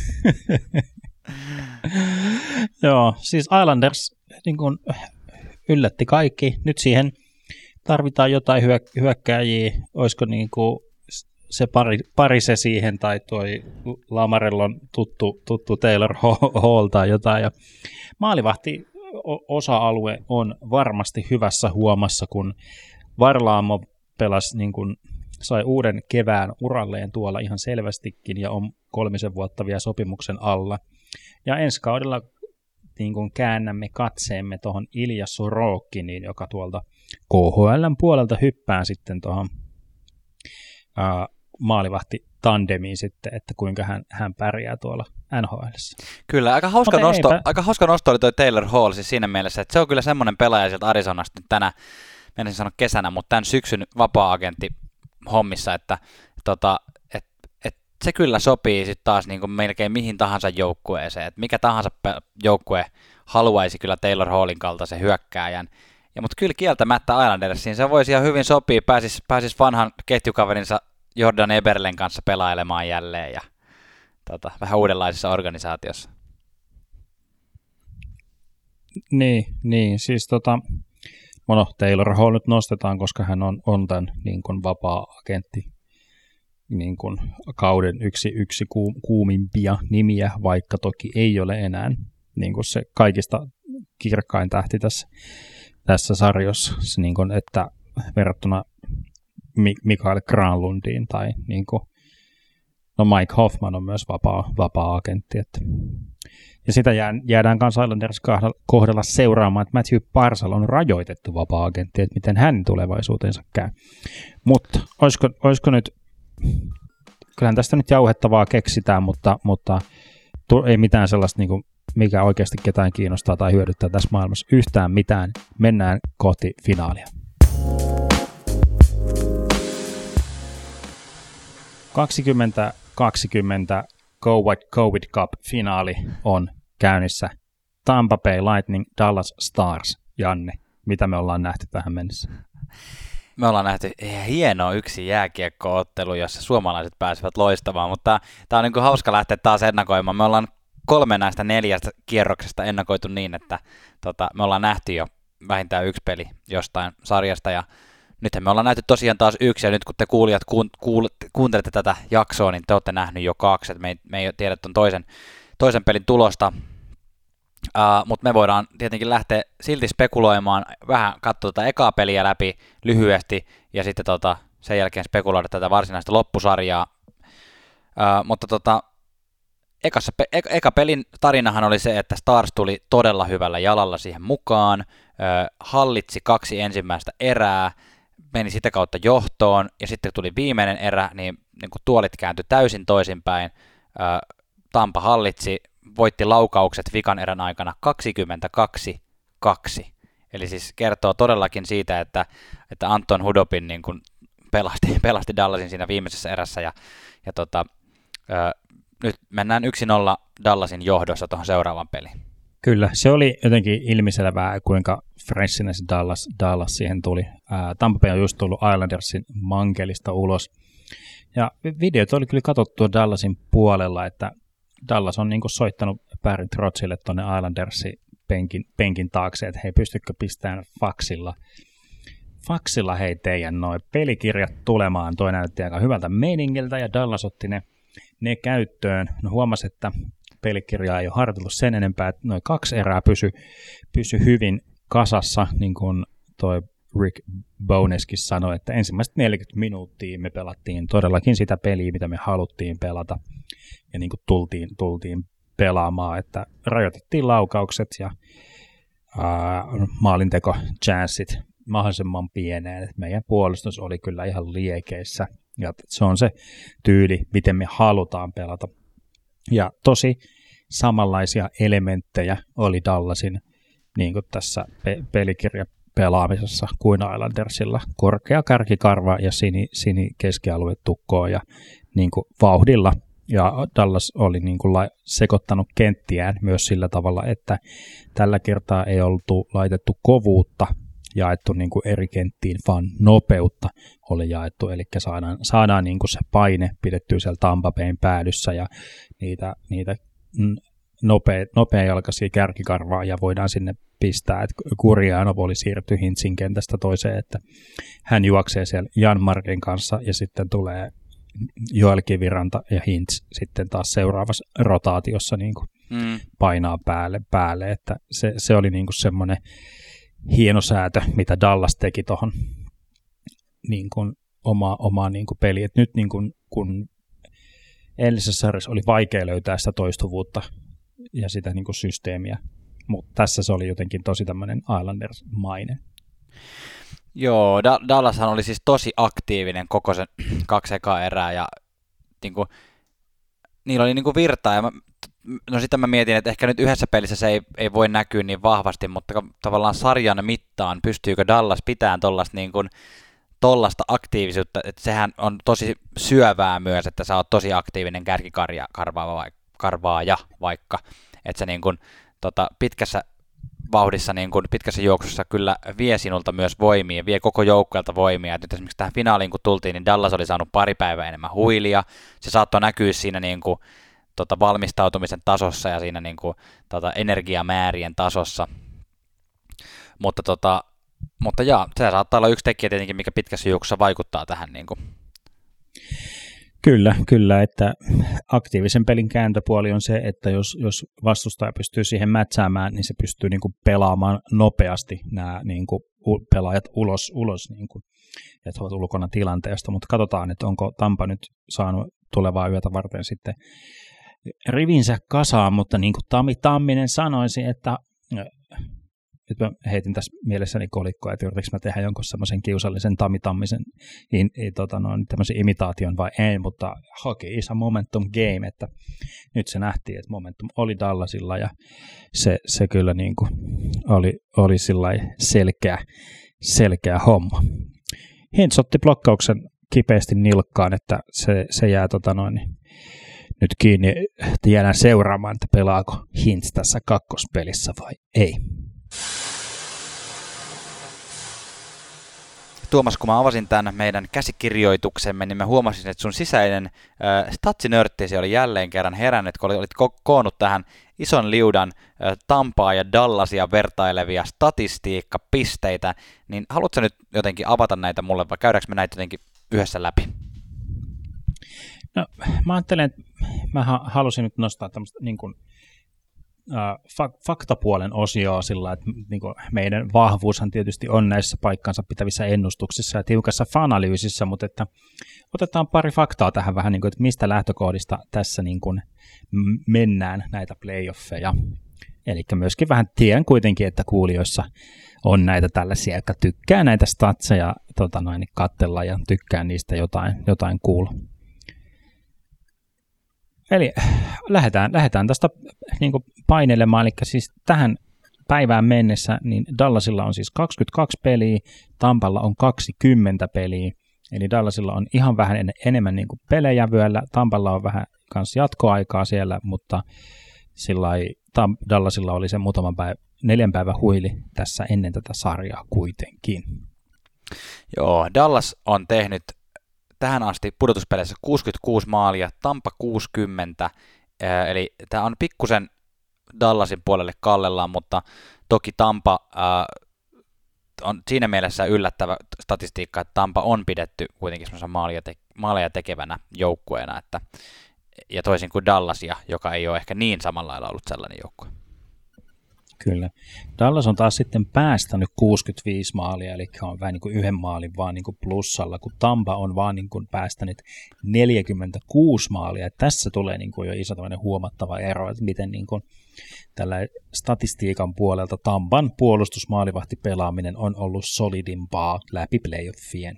Joo, siis Islanders niin kuin yllätti kaikki. Nyt siihen tarvitaan jotain hyökkääjiä. Olisiko niin kuin se pari se siihen, tai toi Lamarellon tuttu Taylor Hall tai jotain. Ja maalivahti osa-alue on varmasti hyvässä huomassa, kun Varlaamo pelasi, niin kuin sai uuden kevään uralleen tuolla ihan selvästikin ja on 3 vuotta vielä sopimuksen alla. Ja ensi kaudella niin kuin käännämme katseemme tuohon Ilja Sorokiniin, joka tuolta KHL:n puolelta hyppää sitten tuohon maalivahti tandemiin sitten, että kuinka hän pärjää tuolla NHL:ssä. Kyllä, aika hauska nosto oli toi Taylor Hall siis siinä mielessä, että se on kyllä semmoinen pelaaja sieltä Arizonasta nyt menisin sanoa kesänä, mutta tämän syksyn vapaa-agentti hommissa, että se kyllä sopii sitten taas niin kuin melkein mihin tahansa joukkueeseen, että mikä tahansa joukkue haluaisi kyllä Taylor Hallin kaltaisen hyökkääjän. Mutta kyllä kieltämättä Islandersiin se voisi ihan hyvin sopia, pääsis vanhan ketjukaverinsa Jordan Eberlen kanssa pelailemaan jälleen ja vähän uudenlaisessa organisaatiossa. Niin siis Taylor Hall nyt nostetaan, koska hän on tämän niin kuin vapaa-agentti niin kuin kauden yksi kuumimpia nimiä, vaikka toki ei ole enää niin kuin se kaikista kirkkain tähti tässä sarjassa, se, niin kuin, että verrattuna Mikael Granlundiin tai niin kuin, Mike Hoffman on myös vapaa-agentti. Ja sitä jäädään kanssa Islanders kohdalla seuraamaan, että Matthew Barzal on rajoitettu vapaa-agentti, että miten hän tulevaisuutensa käy. Mutta olisiko nyt, kyllähän tästä nyt jauhettavaa keksitään, mutta ei mitään sellaista, niin kuin, mikä oikeasti ketään kiinnostaa tai hyödyttää tässä maailmassa yhtään mitään. Mennään kohti finaalia. 2020 COVID Cup-finaali on käynnissä. Tampa Bay Lightning, Dallas Stars. Janne, mitä me ollaan nähty tähän mennessä? Me ollaan nähty hieno yksi jääkiekkoottelu, jossa suomalaiset pääsevät loistamaan, mutta tämä on niin kuin hauska lähteä taas ennakoimaan. Me ollaan 3 näistä 4 kierroksesta ennakoitu niin, että me ollaan nähty jo vähintään 1 peli jostain sarjasta, ja nythän me ollaan nähty tosiaan taas 1, ja nyt kun te kuulijat kuuntelette tätä jaksoa, niin te olette nähnyt jo 2, että me ei tiedä tuon toisen pelin tulosta, mutta me voidaan tietenkin lähteä silti spekuloimaan, vähän katsoa tätä ekaa peliä läpi lyhyesti, ja sitten sen jälkeen spekuloida tätä varsinaista loppusarjaa, mutta eka pelin tarinahan oli se, että Stars tuli todella hyvällä jalalla siihen mukaan, hallitsi 2 ensimmäistä erää, meni sitä kautta johtoon, ja sitten tuli viimeinen erä, niin kuin tuolit kääntyi täysin toisinpäin. Tampa hallitsi, voitti laukaukset vikan erän aikana 22-2. Eli siis kertoo todellakin siitä, että Anton Hudobin niin kuin pelasti Dallasin siinä viimeisessä erässä. Nyt mennään 1-0 Dallasin johdossa tuohon seuraavaan peliin. Kyllä, se oli jotenkin ilmiselvää, kuinka freshinä se Dallas siihen tuli. Tampa Bay on just tullut Islandersin mankelista ulos. Ja videot oli kyllä katsottua Dallasin puolella, että Dallas on niinku soittanut Barry Trotzille tuonne Islandersin penkin taakse, että hei, pystykö pistämään faksilla hei teidän noin pelikirjat tulemaan. Toi näytti aika hyvältä meiningiltä ja Dallas otti ne käyttöön. No huomasi, että pelikirjaa ei ole harjoiteltu sen enempää, että noin 2 erää pysy hyvin kasassa, niin kuin toi Rick Bownesskin sanoi, että ensimmäiset 40 minuuttia me pelattiin todellakin sitä peliä, mitä me haluttiin pelata, ja niin kuin tultiin pelaamaan, että rajoitettiin laukaukset ja maalinteko-chanssit mahdollisimman pieneen. Meidän puolustus oli kyllä ihan liekeissä, ja se on se tyyli, miten me halutaan pelata. Ja tosi samanlaisia elementtejä oli Dallasin niin kuin tässä pelikirjapelaamisessa kuin Islandersilla. Korkea kärkikarva ja sini keskialue tukkoa ja niin kuin vauhdilla. Ja Dallas oli niin kuin sekoittanut kenttiään myös sillä tavalla, että tällä kertaa ei oltu laitettu kovuutta jaettu niin kuin eri kenttiin, vaan nopeutta oli jaettu, eli saadaan niin kuin se paine pidettyä siellä Tampa Bayn päädyssä ja niitä nopeajalkaisia kärkikarvaa ja voidaan sinne pistää, että Gurianov oli siirtynyt Hintzin kentästä toiseen, että hän juoksee siellä Janmarkin kanssa ja sitten tulee Joel Kiviranta ja Hintz sitten taas seuraavassa rotaatiossa niin kuin painaa päälle, että se oli niin kuin semmoinen hieno säätö, mitä Dallas teki tuohon niin kuin omaa niin kuin peliin. Et nyt niin kuin, kun edellisessä sarjassa oli vaikea löytää sitä toistuvuutta ja sitä niin kuin systeemiä, mutta tässä se oli jotenkin tosi tämmöinen Islanders-mainen. Joo, Dallashan oli siis tosi aktiivinen koko sen 2 ekaa erää ja niin kuin, niillä oli niin kuin virtaa ja no sitten mä mietin, että ehkä nyt yhdessä pelissä se ei voi näkyä niin vahvasti, mutta tavallaan sarjan mittaan pystyykö Dallas pitämään tollasta aktiivisuutta, että sehän on tosi syövää myös, että sä oot tosi aktiivinen kärkikarvaaja vaikka, että se niin kuin, pitkässä vauhdissa, niin kuin pitkässä juoksussa kyllä vie sinulta myös voimia, vie koko joukkueelta voimia. Et nyt esimerkiksi tähän finaaliin kun tultiin, niin Dallas oli saanut 2 päivää enemmän huilia, se saattoi näkyä siinä niin kuin valmistautumisen tasossa ja siinä niin kuin, energiamäärien tasossa. Mutta se saattaa olla yksi tekijä tietenkin, mikä pitkässä juoksussa vaikuttaa tähän. Niin kuin. Kyllä, että aktiivisen pelin kääntöpuoli on se, että jos vastustaja pystyy siihen mätsäämään, niin se pystyy niin kuin pelaamaan nopeasti nämä niin kuin pelaajat ulos niin kuin, että ovat ulkona tilanteesta, mutta katsotaan, että onko Tampa nyt saanut tulevaa yötä varten sitten rivinsä kasaan, mutta niin kuin Tami Tamminen sanoisi, että nyt mä heitin tässä mielessäni kolikkoa, että yritätkö mä tehdä jonkun semmoisen kiusallisen Tami Tammisen tämmöisen imitaation vai ei, mutta hockey is a momentum game, että nyt se nähtiin, että momentum oli Dallasilla ja se kyllä niin kuin oli sillai selkeä homma. Hintz otti blokkauksen kipeästi nilkkaan, että se jää nyt kiinni, että jäädään seuraamaan, että pelaako Hintz tässä kakkospelissä vai ei. Tuomas, kun mä avasin tämän meidän käsikirjoituksemme, niin mä huomasin, että sun sisäinen statsinörttisi oli jälleen kerran herännyt, kun olit koonnut tähän ison liudan Tampaa ja Dallasia vertailevia statistiikkapisteitä, niin haluatko nyt jotenkin avata näitä mulle, vai käydäänkö me näitä jotenkin yhdessä läpi? No, mä ajattelen, että mä halusin nyt nostaa tämmöistä niin kuin faktapuolen osioa sillä, että niin kuin meidän vahvuushan tietysti on näissä paikkansa pitävissä ennustuksissa ja tiukassa fanalyysissä, mutta että otetaan pari faktaa tähän vähän, niin kuin, että mistä lähtökohdista tässä niin kuin mennään näitä playoffeja. Eli myöskin vähän tiedän kuitenkin, että kuulijoissa on näitä tällaisia, jotka tykkää näitä statseja katsella ja tykkää niistä jotain kuulla. Eli lähdetään tästä niin kuin painelemaan, eli siis tähän päivään mennessä niin Dallasilla on siis 22 peliä, Tampalla on 20 peliä, eli Dallasilla on ihan vähän enemmän niin kuin pelejä vyöllä, Tampalla on vähän kans jatkoaikaa siellä, mutta Dallasilla oli se 4 päivän huili tässä ennen tätä sarjaa kuitenkin. Joo, Dallas on tehnyt tähän asti pudotuspeleissä 66 maalia, Tampa 60, eli tämä on pikkusen Dallasin puolelle kallellaan, mutta toki Tampa on siinä mielessä yllättävä statistiikka, että Tampa on pidetty kuitenkin semmoisen maaleja tekevänä joukkueena, ja toisin kuin Dallasia, joka ei ole ehkä niin samalla lailla ollut sellainen joukkue. Kyllä. Dallas on taas sitten päästänyt 65 maalia, eli on vähän niin kuin yhden maalin vaan niin kuin plussalla, kun Tampa on vaan niin kuin päästänyt 46 maalia. Tässä tulee niin kuin jo iso huomattava ero, että miten niin kuin tällä statistiikan puolelta Tampan puolustusmaalivahtipelaaminen on ollut solidimpaa läpi playoffien.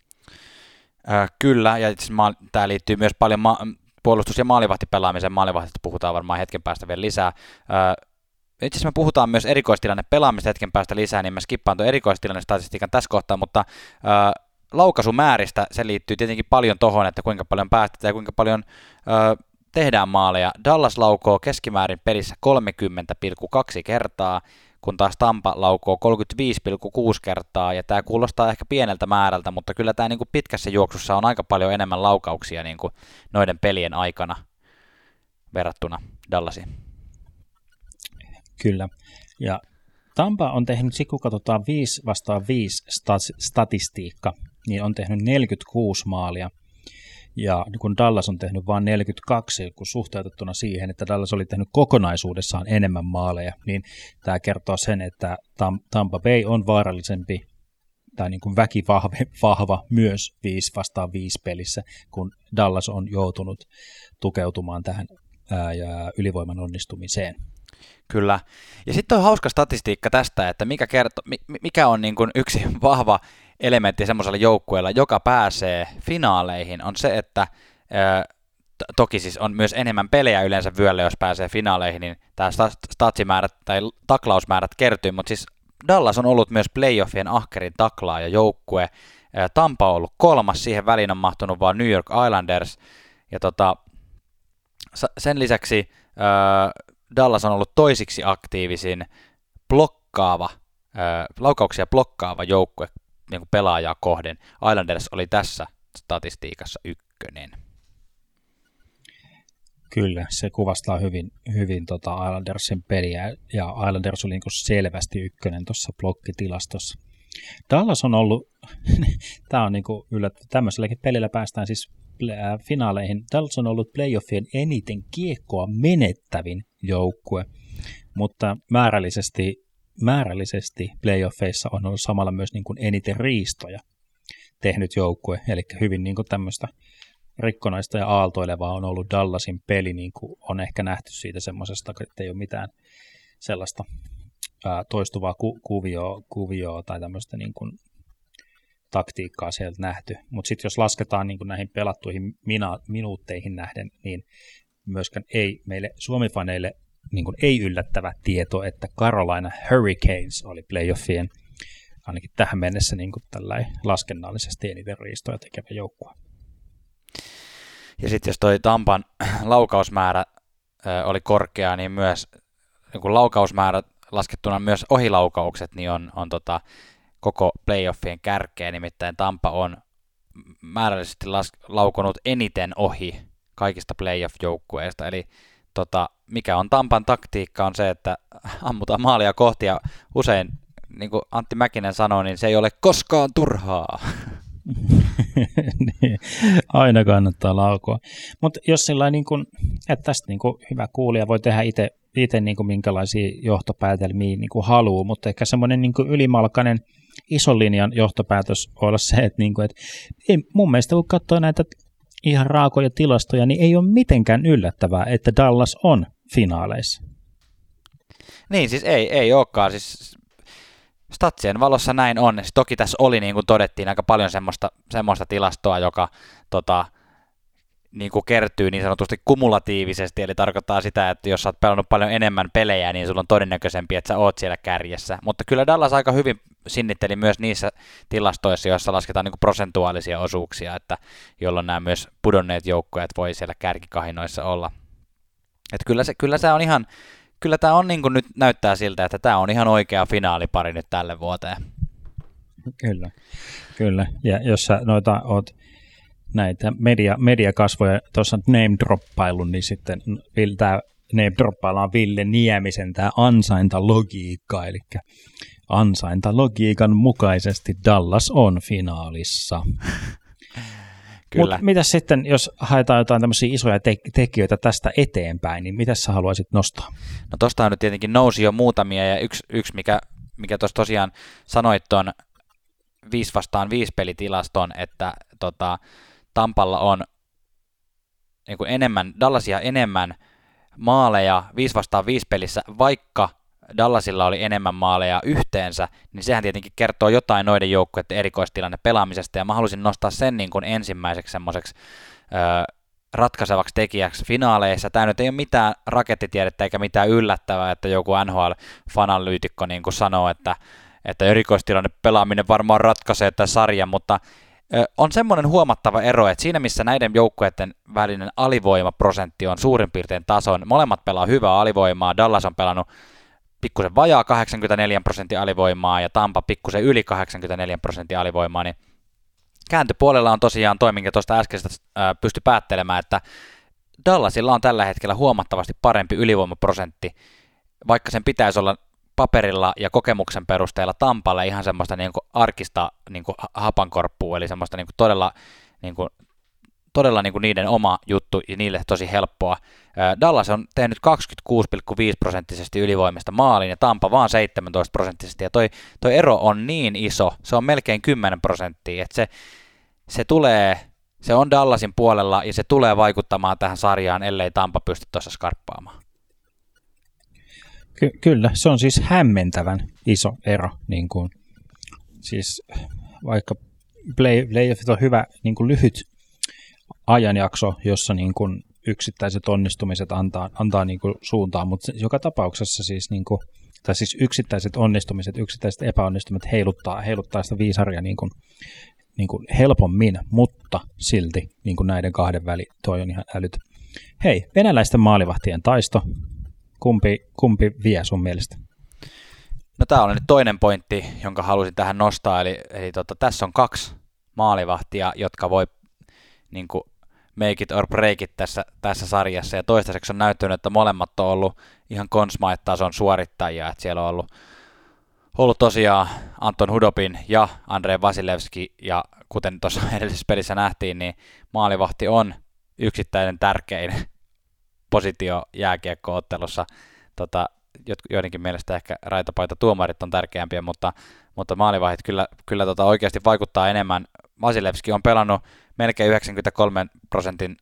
Kyllä, ja tämä liittyy myös paljon puolustus- ja maalivahtipelaamiseen. Maalivahtista puhutaan varmaan hetken päästä vielä lisää. Itse asiassa me puhutaan myös erikoistilanne pelaamista hetken päästä lisää, niin mä skippaan tuon erikoistilanne statistiikan tässä kohtaa, mutta laukaisumääristä se liittyy tietenkin paljon tohon, että kuinka paljon päästetään ja kuinka paljon tehdään maaleja. Dallas laukoo keskimäärin pelissä 30,2 kertaa, kun taas Tampa laukoo 35,6 kertaa, ja tämä kuulostaa ehkä pieneltä määrältä, mutta kyllä tämä niin kuin pitkässä juoksussa on aika paljon enemmän laukauksia niin kuin noiden pelien aikana verrattuna Dallasiin. Kyllä, ja Tampa on tehnyt, kun katsotaan 5 vastaan 5 statistiikka, niin on tehnyt 46 maalia, ja kun Dallas on tehnyt vain 42, kun suhteutettuna siihen, että Dallas oli tehnyt kokonaisuudessaan enemmän maaleja, niin tämä kertoo sen, että Tampa Bay on vaarallisempi tai niin kuin väkivahva myös 5 vastaan 5 pelissä, kun Dallas on joutunut tukeutumaan tähän ylivoiman onnistumiseen. Kyllä. Ja sitten on hauska statistiikka tästä, että mikä on niin kuin yksi vahva elementti semmoisella joukkueella, joka pääsee finaaleihin, on se, että toki siis on myös enemmän pelejä yleensä vyöllä, jos pääsee finaaleihin, niin tämä statsimäärät tai taklausmäärät kertyy, mutta siis Dallas on ollut myös playoffien ahkerin taklaaja joukkue. Tampa on ollut 3, siihen väliin on mahtunut vaan New York Islanders, ja sen lisäksi Dallas on ollut toisiksi aktiivisin laukauksia blokkaava joukkue niin kuin pelaajaa kohden. Islanders oli tässä statistiikassa 1. Kyllä, se kuvastaa hyvin Islandersin peliä, ja Islanders oli niin kuin selvästi 1 tuossa blokkitilastossa. Dallas on ollut, tämä on niin kuin yllättävää, tämmöiselläkin pelillä päästään siis finaaleihin. Dallas on ollut playoffien eniten kiekkoa menettävin joukkue, mutta määrällisesti playoffeissa on ollut samalla myös niin kuin eniten riistoja tehnyt joukkue, eli hyvin niin kuin tämmöistä rikkonaista ja aaltoilevaa on ollut Dallasin peli, niin kuin on ehkä nähty siitä semmoisesta, että ei ole mitään sellaista toistuvaa kuvioa tai tämmöistä niin kuin taktiikkaa sieltä nähty. Mutta sitten jos lasketaan niin kuin näihin pelattuihin minuutteihin nähden, niin myöskään ei meille Suomi-faneille niin kuin ei yllättävä tieto, että Carolina Hurricanes oli playoffien ainakin tähän mennessä niin kuin tällainen laskennallisesti eniten riistoja tekevä joukkue. Ja sitten jos toi Tampan laukausmäärä oli korkea, niin myös niin kun laukausmäärä laskettuna myös ohilaukaukset niin on koko playoffien kärkeä, nimittäin Tampa on määrällisesti laukonut eniten ohi kaikista playoff-joukkueista, eli mikä on Tampan taktiikka on se, että ammutaan maalia kohti, ja usein, niin kuin Antti Mäkinen sanoi, niin se ei ole koskaan turhaa. Niin, aina kannattaa laukoa. Mutta jos sillä niin kun, että tästä niin kun hyvä kuulija voi tehdä itse niin kun minkälaisia johtopäätelmiä niin kun haluaa, mutta ehkä semmoinen niin kun ylimalkainen ison linjan johtopäätös voi olla se, että, niin kun, että ei, mun mielestä kun katsoo näitä ihan raakoja tilastoja, niin ei ole mitenkään yllättävää, että Dallas on finaaleissa. Niin, siis ei olekaan. Siis statsien valossa näin on. Siis toki tässä oli, niin kuin todettiin, aika paljon semmoista tilastoa, joka niin kuin kertyy niin sanotusti kumulatiivisesti, eli tarkoittaa sitä, että jos sä oot pelannut paljon enemmän pelejä, niin sulla on todennäköisempi, että sä oot siellä kärjessä. Mutta kyllä Dallas aika hyvin sinnitteli myös niissä tilastoissa, joissa lasketaan niin kuin prosentuaalisia osuuksia, että jolloin nämä myös pudonneet joukkueet voi siellä kärkikahinoissa olla. Että kyllä tämä on niin kuin nyt näyttää siltä, että tämä on ihan oikea finaalipari nyt tälle vuoteen. Kyllä. Ja jos sä oot näitä mediakasvoja tuossa name-droppailun, niin sitten tämä name-droppaillaan Ville Niemisen tämä ansaintalogiikka, eli ansaintalogiikan mukaisesti Dallas on finaalissa. Mutta mitäs sitten, jos haetaan jotain tämmöisiä isoja tekijöitä tästä eteenpäin, niin mitä sä haluaisit nostaa? No tostahan nyt tietenkin nousi jo muutamia, ja yksi mikä tuossa tosiaan sanoit tuon 5-5 pelitilaston, että Tampalla on niin kuin Dallasia enemmän maaleja 5-5 pelissä, vaikka Dallasilla oli enemmän maaleja yhteensä, niin sehän tietenkin kertoo jotain noiden joukkueiden erikoistilanne pelaamisesta, ja mä halusin nostaa sen niin kuin ensimmäiseksi semmoiseksi ratkaisevaksi tekijäksi finaaleissa. Tämä nyt ei ole mitään rakettitiedettä eikä mitään yllättävää, että joku NHL-fanalyytikko niin kuin sanoo, että erikoistilanne pelaaminen varmaan ratkaisee tämän sarjan, mutta on semmoinen huomattava ero, että siinä missä näiden joukkueiden välinen alivoimaprosentti on suurin piirtein tason, molemmat pelaa hyvää alivoimaa, Dallas on pelannut pikkusen vajaa 84% alivoimaa ja Tampa pikkusen yli 84% alivoimaa, niin kääntöpuolella on tosiaan toi, minkä tuosta äskeisestä pystyi päättelemään, että Dallasilla on tällä hetkellä huomattavasti parempi ylivoimaprosentti, vaikka sen pitäisi olla paperilla ja kokemuksen perusteella Tampalle ihan semmoista niin kuin arkista niin kuin hapankorppua, eli semmoista niin kuin todella niin kuin niiden oma juttu ja niille tosi helppoa. Dallas on tehnyt 26,5% ylivoimista maalin ja Tampa vaan 17%, ja toi ero on niin iso, se on melkein 10%, että se on Dallasin puolella ja se tulee vaikuttamaan tähän sarjaan, ellei Tampa pysty tuossa skarppaamaan. Kyllä, se on siis hämmentävän iso ero. Niin kuin, siis vaikka playoffit on hyvä niin kuin lyhyt ajanjakso, jossa niin kuin yksittäiset onnistumiset antaa niin kuin suuntaan, mutta joka tapauksessa siis, niin kuin, tai siis yksittäiset onnistumiset, yksittäiset epäonnistumiset heiluttaa sitä viisaria niin kuin helpommin, mutta silti niin kuin näiden kahden väli, toi on ihan älytön. Hei, venäläisten maalivahtien taisto. Kumpi vie sun mielestä? No tää on nyt toinen pointti, jonka halusin tähän nostaa, eli tässä on 2 maalivahtia, jotka voi niin kuin make it or break it tässä sarjassa, ja toistaiseksi on näyttänyt, että molemmat on ollut ihan Conn Smythe-tason suorittajia, että siellä on ollut tosiaan Anton Hudobin ja Andrei Vasilevski, ja kuten tuossa edellisessä pelissä nähtiin, niin maalivahti on yksittäinen tärkein positio jääkiekko-ottelussa. Joidenkin mielestä ehkä raitapaita tuomarit on tärkeämpiä, mutta maalivahdit kyllä oikeasti vaikuttaa enemmän. Vasilevski on pelannut melkein 93%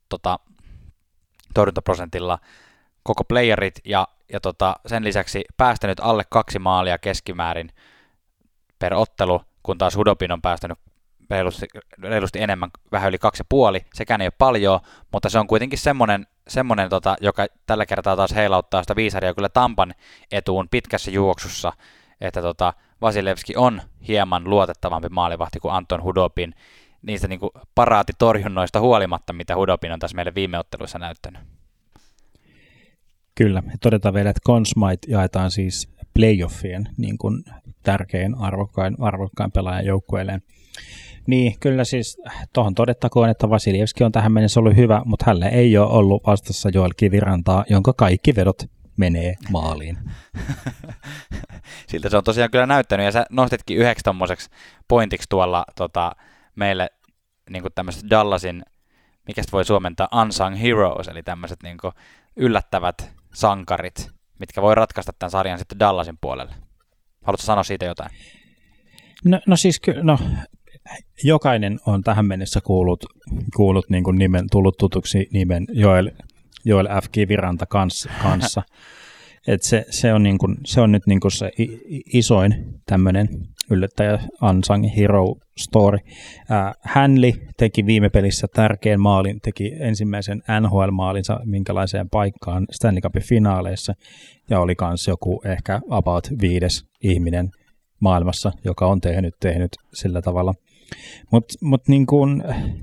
torjuntaprosentilla koko playerit ja sen lisäksi päästänyt alle 2 maalia keskimäärin per ottelu, kun taas Hudobin on päästänyt reilusti enemmän, vähän yli 2,5. Sekään ei ole paljon, mutta se on kuitenkin semmoinen joka tällä kertaa taas heilauttaa sitä viisaria kyllä Tampan etuun pitkässä juoksussa, että Vasilevski on hieman luotettavampi maalivahti kuin Anton Hudobin niistä niin kuin paraatitorjunnoista huolimatta, mitä Hudobin on tässä meille viime otteluissa näyttänyt. Kyllä, ja todetaan vielä, että Conn Smythe jaetaan siis playoffien niin kuin tärkein arvokkain pelaajan joukkueelleen. Niin, kyllä siis tuohon todettakoon, että Vasilevski on tähän mennessä ollut hyvä, mutta hänellä ei ole ollut vastassa Joel Kivirantaa, jonka kaikki vedot menee maaliin. Siltä se on tosiaan kyllä näyttänyt, ja sä nostitkin yhdeksi tommoseksi pointiksi tuolla meille niin tämmöiset Dallasin, mikä voi suomentaa unsung heroes, eli tämmöiset niin yllättävät sankarit, mitkä voi ratkaista tämän sarjan sitten Dallasin puolelle. Haluatko sanoa siitä jotain? No siis kyllä, jokainen on tähän mennessä kuullut niin kuin tullut tutuksi nimen Joel F. Kiviranta kanssa. se on, niin kuin, se on nyt niin kuin se isoin tämmöinen yllättäjä unsung hero story. Hanley teki viime pelissä tärkeän maalin, teki ensimmäisen NHL-maalinsa minkälaiseen paikkaan Stanley Cupin finaaleissa, ja oli myös joku ehkä about 5. ihminen maailmassa, joka on tehnyt sillä tavalla. Mutta niin kuin,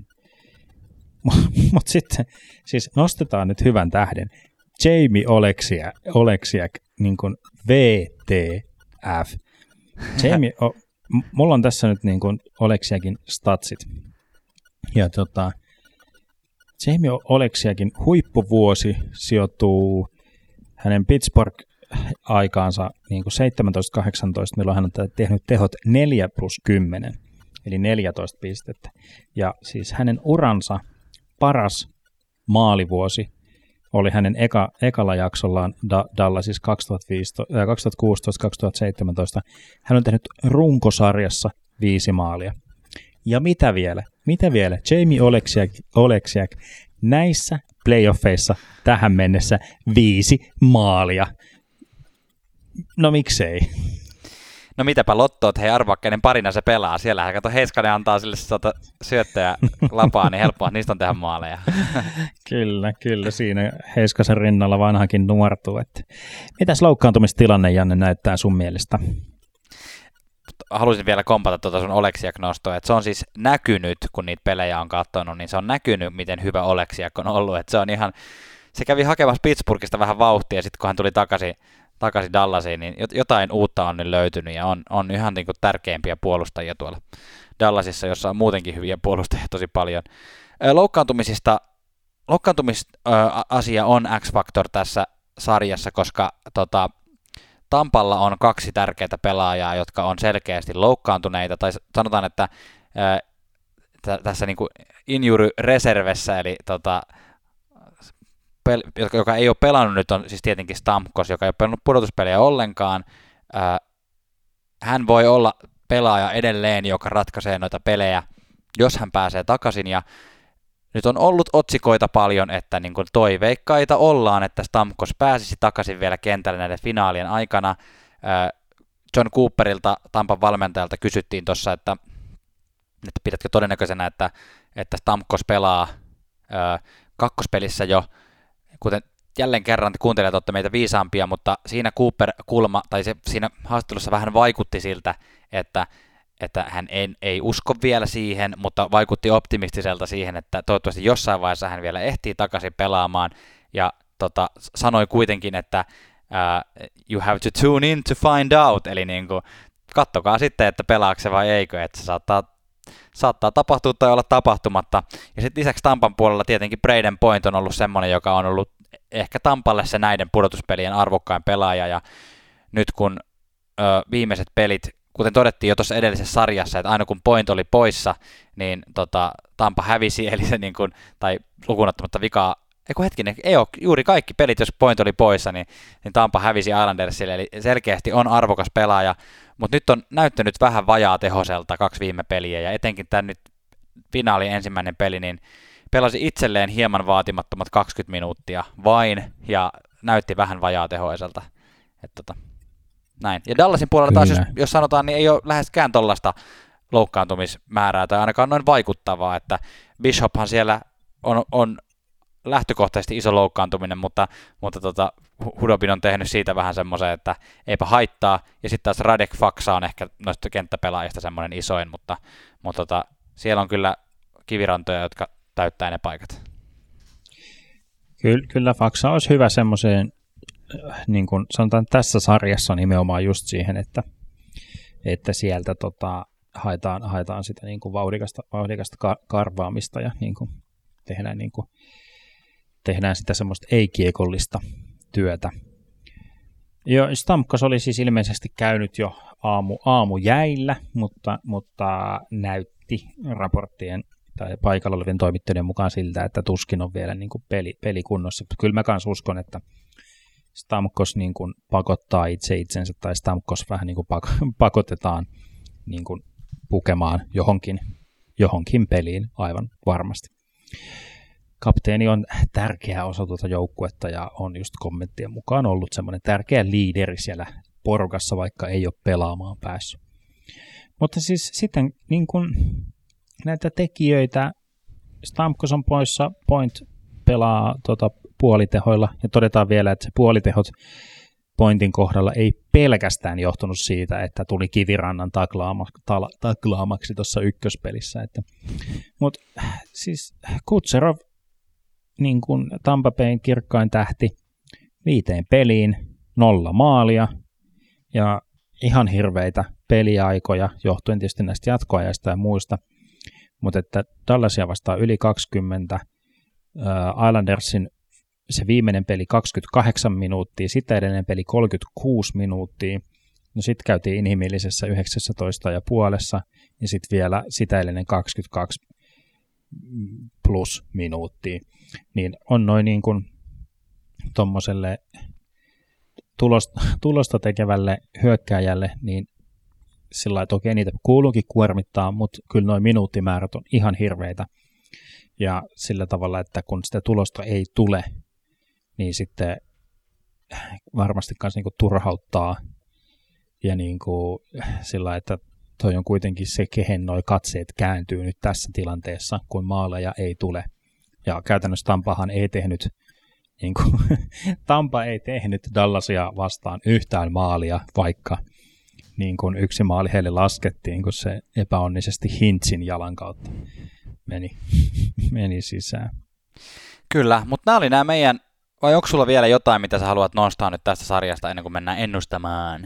mut sitten siis nostetaan nyt hyvän tähden. Jamie Oleksiak niin kuin VTF. Mulla on tässä nyt niin kuin Oleksiakin statsit. Ja Jamie Oleksiakin huippuvuosi sijoittuu hänen Pittsburgh-aikaansa niin kuin 17-18, milloin hän on tehnyt tehot 4+10, eli 14 pistettä. Ja siis hänen uransa paras maalivuosi oli hänen ekalla jaksollaan Dallasissa 2016-2017. Hän on tehnyt runkosarjassa 5 maalia. Ja mitä vielä? Jamie Oleksiak näissä playoffeissa tähän mennessä 5 maalia. No miksei? No mitäpä Lotto, että hei arvaa, kenen parina se pelaa. Siellähän kato Heiskanen antaa sille syöttäjä lapaa, niin helppoa, niistä on tehdä maaleja. Kyllä, siinä Heiskasen rinnalla vanhakin nuortuu. Mitäs loukkaantumistilanne, Janne, näyttää sun mielestä? Haluaisin vielä kompata tuota sun Oleksiak-nostoa, että se on siis näkynyt, kun niitä pelejä on katsonut, niin se on näkynyt, miten hyvä Oleksiak on ollut. Että se kävi hakemassa Pittsburghista vähän vauhtia, ja sitten kun hän tuli takaisin Dallasiin, niin jotain uutta on nyt löytynyt, ja on ihan niin kuin tärkeimpiä puolustajia tuolla Dallasissa, jossa on muutenkin hyviä puolustajia tosi paljon. Loukkaantumisasia on X-Factor tässä sarjassa, koska Tampalla on 2 tärkeää pelaajaa, jotka on selkeästi loukkaantuneita, tai sanotaan, että tässä niin kuin injury reservessä, eli joka ei ole pelannut nyt, on siis tietenkin Stamkos, joka ei ole pelannut pudotuspelejä ollenkaan. Hän voi olla pelaaja edelleen, joka ratkaisee noita pelejä, jos hän pääsee takaisin. Ja nyt on ollut otsikoita paljon, että niin kuin toiveikkaita ollaan, että Stamkos pääsisi takaisin vielä kentälle näiden finaalien aikana. John Cooperilta, Tampan valmentajalta, kysyttiin tuossa, että pidätkö todennäköisenä, että Stamkos pelaa kakkospelissä jo. Kuten jälleen kerran kuuntelijat olette meitä viisaampia, mutta siinä Cooper-kulma, tai siinä haastattelussa vähän vaikutti siltä, että hän ei usko vielä siihen, mutta vaikutti optimistiselta siihen, että toivottavasti jossain vaiheessa hän vielä ehtii takaisin pelaamaan, ja sanoi kuitenkin, että you have to tune in to find out, eli niin kuin, katsokaa sitten, että pelaako se vai eikö, että se saattaa tapahtua tai olla tapahtumatta. Ja sitten lisäksi Tampan puolella tietenkin Braden Point on ollut semmoinen, joka on ollut ehkä Tampalle se näiden pudotuspelien arvokkain pelaaja, ja nyt kun viimeiset pelit, kuten todettiin jo tuossa edellisessä sarjassa, että aina kun Point oli poissa, niin Tampa hävisi, eli se niin kuin, tai lukunottamatta vikaa, ei ole juuri kaikki pelit, jos Point oli poissa, niin Tampa hävisi Islandersille, eli selkeästi on arvokas pelaaja, mutta nyt on näyttänyt vähän vajaa tehoselta 2 viime peliä, ja etenkin tämän nyt finaalin ensimmäinen peli, niin pelasi itselleen hieman vaatimattomat 20 minuuttia vain, ja näytti vähän vajaa tehoiselta. Näin. Ja Dallasin puolella taas, jos sanotaan, niin ei ole läheskään tollaista loukkaantumismäärää, tai ainakaan noin vaikuttavaa, että Bishophan siellä on lähtökohtaisesti iso loukkaantuminen, mutta Hudobin on tehnyt siitä vähän semmoisen, että eipä haittaa, ja sitten taas Radek Faksa on ehkä noista kenttäpelaajista semmoinen isoin, mutta siellä on kyllä kivirantoja, jotka täyttää ne paikat. Kyllä Faksa olisi hyvä semmoiseen, niin kuin sanotaan tässä sarjassa nimenomaan just siihen, että sieltä haetaan sitä niin kuin vauhdikasta karvaamista ja niin kuin tehdään sitä semmoista ei-kiekollista työtä. Stamkos oli siis ilmeisesti käynyt jo aamujäillä, mutta näytti raporttien tai paikalla olevien toimittajien mukaan siltä, että tuskin on vielä niin kuin pelikunnossa. Kyllä mä kanssa uskon, että Stamkos niin kuin pakottaa itsensä tai Stamkos vähän niin kuin pakotetaan niin kuin pukemaan johonkin peliin aivan varmasti. kapteeni on tärkeä osa tuota joukkuetta ja on just kommenttien mukaan ollut semmoinen tärkeä liideri siellä porukassa, vaikka ei ole pelaamaan päässyt. Mutta siis sitten niin kun näitä tekijöitä, Stamkos on poissa, Point pelaa puolitehoilla ja todetaan vielä, että se puolitehot Pointin kohdalla ei pelkästään johtunut siitä, että tuli Kivirannan taklaamaksi tuossa ykköspelissä. Mutta siis Kutserov, niin kuin Tampa Bayn kirkkain tähti, 5 peliin, 0 maalia ja ihan hirveitä peliaikoja, johtuen tietysti näistä jatkoajasta ja muista, mutta että Dallasia vastaan yli 20, Islandersin se viimeinen peli 28 minuuttia, sitten edellinen peli 36 minuuttia, no sitten käytiin inhimillisessä 19 ja puolessa, ja sitten vielä sitä edellinen 22 plus minuuttia, niin on noin niin kuin tommoselle tulosta tekevälle hyökkääjälle, niin sillä lailla, että okei, niitä kuuluukin kuormittaa, mutta kyllä noin minuuttimäärät on ihan hirveitä, ja sillä tavalla, että kun sitä tulosta ei tule, niin sitten varmasti myös niinku turhauttaa ja niinku sillä, että toi on kuitenkin se, kehen noi katseet kääntyy nyt tässä tilanteessa, kun maaleja ei tule. Ja käytännössä Tampahan ei tehnyt, niinku, Tampa ei tehnyt Dallasia vastaan yhtään maalia, vaikka niin kuin yksi maali heille laskettiin, kun se epäonnisesti Hintzin jalan kautta meni sisään. Kyllä, mutta nämä oli nämä meidän. Vai onko sulla vielä jotain, mitä sä haluat nostaa nyt tästä sarjasta ennen kuin mennään ennustamaan?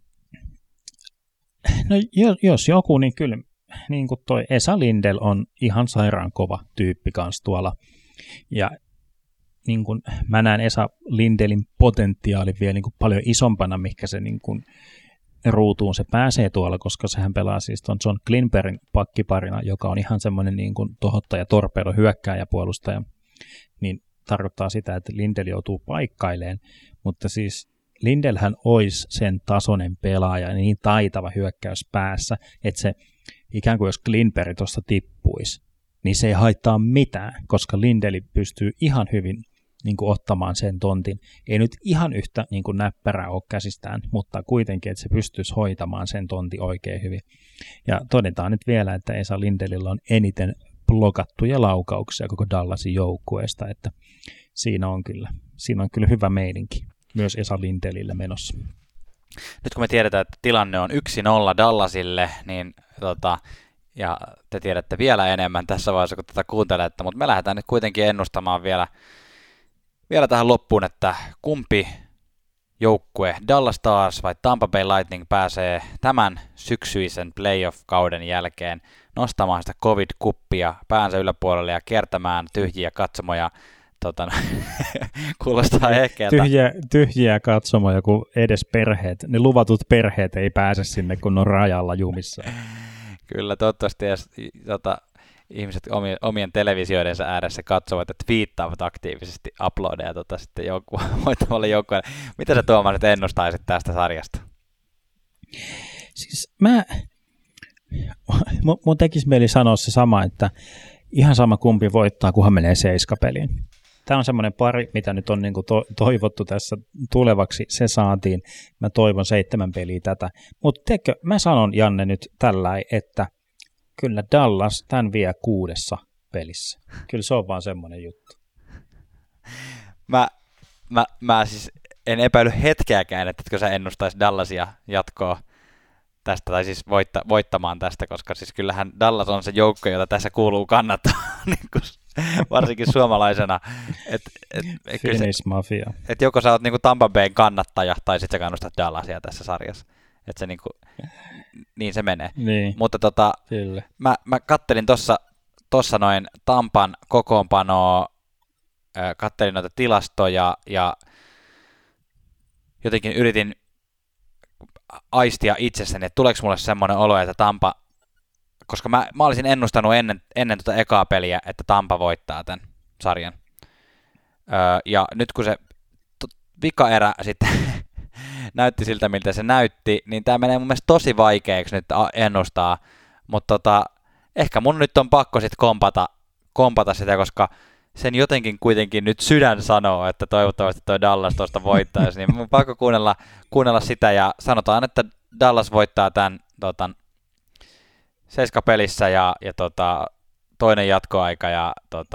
No jos joku, niin kyllä niin kuin toi Esa Lindell on ihan sairaan kova tyyppi kanssa tuolla. Ja niin kuin mä näen Esa Lindellin potentiaalin vielä niin kuin paljon isompana, mikä se niin kuin ruutuun se pääsee tuolla, koska sehän pelaa siis tuon John Klingbergin pakkiparina, joka on ihan semmoinen niin kuin tohottaja, torpedo, hyökkääjä, puolustaja, niin tarkoittaa sitä, että Lindell joutuu paikkaileen, mutta siis Lindellhän olisi sen tasoinen pelaaja, niin taitava hyökkäys päässä, että se ikään kuin jos Klingberg tuosta tippuisi, niin se ei haittaa mitään, koska Lindell pystyy ihan hyvin niin kuin ottamaan sen tontin. Ei nyt ihan yhtä niin kuin näppärää ole käsistään, mutta kuitenkin, että se pystyisi hoitamaan sen tontin oikein hyvin. Ja todetaan nyt vielä, että Esa Lindellillä on eniten blokattuja laukauksia koko Dallasin joukkueesta, että siinä on kyllä hyvä meininki myös Esa Lindellillä menossa. Nyt kun me tiedetään, että tilanne on 1-0 Dallasille, niin ja te tiedätte vielä enemmän tässä vaiheessa, kun tätä kuuntelette, mutta me lähdetään nyt kuitenkin ennustamaan vielä tähän loppuun, että kumpi joukkue, Dallas Stars vai Tampa Bay Lightning, pääsee tämän syksyisen playoff-kauden jälkeen nostamaan sitä covid-kuppia päänsä yläpuolelle ja kiertämään tyhjiä katsomoja. Kuulostaa ehkeältä. Tyhjiä katsomoja, kun edes perheet, ne luvatut perheet ei pääse sinne, kun on rajalla jumissa. Kyllä, toivottavasti ihmiset omien televisioidensa ääressä katsovat ja twiittaavat aktiivisesti uploadeja sitten voittavalle joukkueelle. Mitä sä Tuomas nyt ennustaisit tästä sarjasta? Siis mun tekisi mieli sanoa se sama, että ihan sama kumpi voittaa, kunhan menee 7-peliin. Tämä on semmoinen pari, mitä nyt on niinku toivottu tässä tulevaksi. Se saatiin. Mä toivon 7 peliä tätä. Mutta mä sanon, Janne, nyt tällä, että kyllä Dallas tämän vie 6 pelissä. Kyllä se on vaan semmoinen juttu. Mä siis en epäily hetkeäkään, että sä ennustaisit Dallasia jatkoa tästä, tai siis voittamaan tästä, koska siis kyllähän Dallas on se joukko, jota tässä kuuluu kannattaa, niin varsinkin suomalaisena. Finnish Mafia. Että joko sä oot niin kuin Tampa Bayn kannattaja, tai sitten sä kannustat Dallasia tässä sarjassa. Että se niin se menee. Niin. Mutta mä kattelin tossa noin Tampan kokoonpanoa, kattelin noita tilastoja ja jotenkin yritin aistia itsessäni, että tuleeko mulle semmoinen olo, että Tampa, koska mä olisin ennustanut ennen tuota ekaa peliä, että Tampa voittaa tämän sarjan. Ja nyt kun se vikaerä sitten näytti siltä, miltä se näytti, niin tämä menee mun mielestä tosi vaikeaksi nyt ennustaa, mutta ehkä mun nyt on pakko sitten kompata sitä, koska sen jotenkin kuitenkin nyt sydän sanoo, että toivottavasti toi Dallas tuosta voittaisi, niin mun on pakko kuunnella sitä, ja sanotaan, että Dallas voittaa tämän 7 pelissä, ja toinen jatkoaika, ja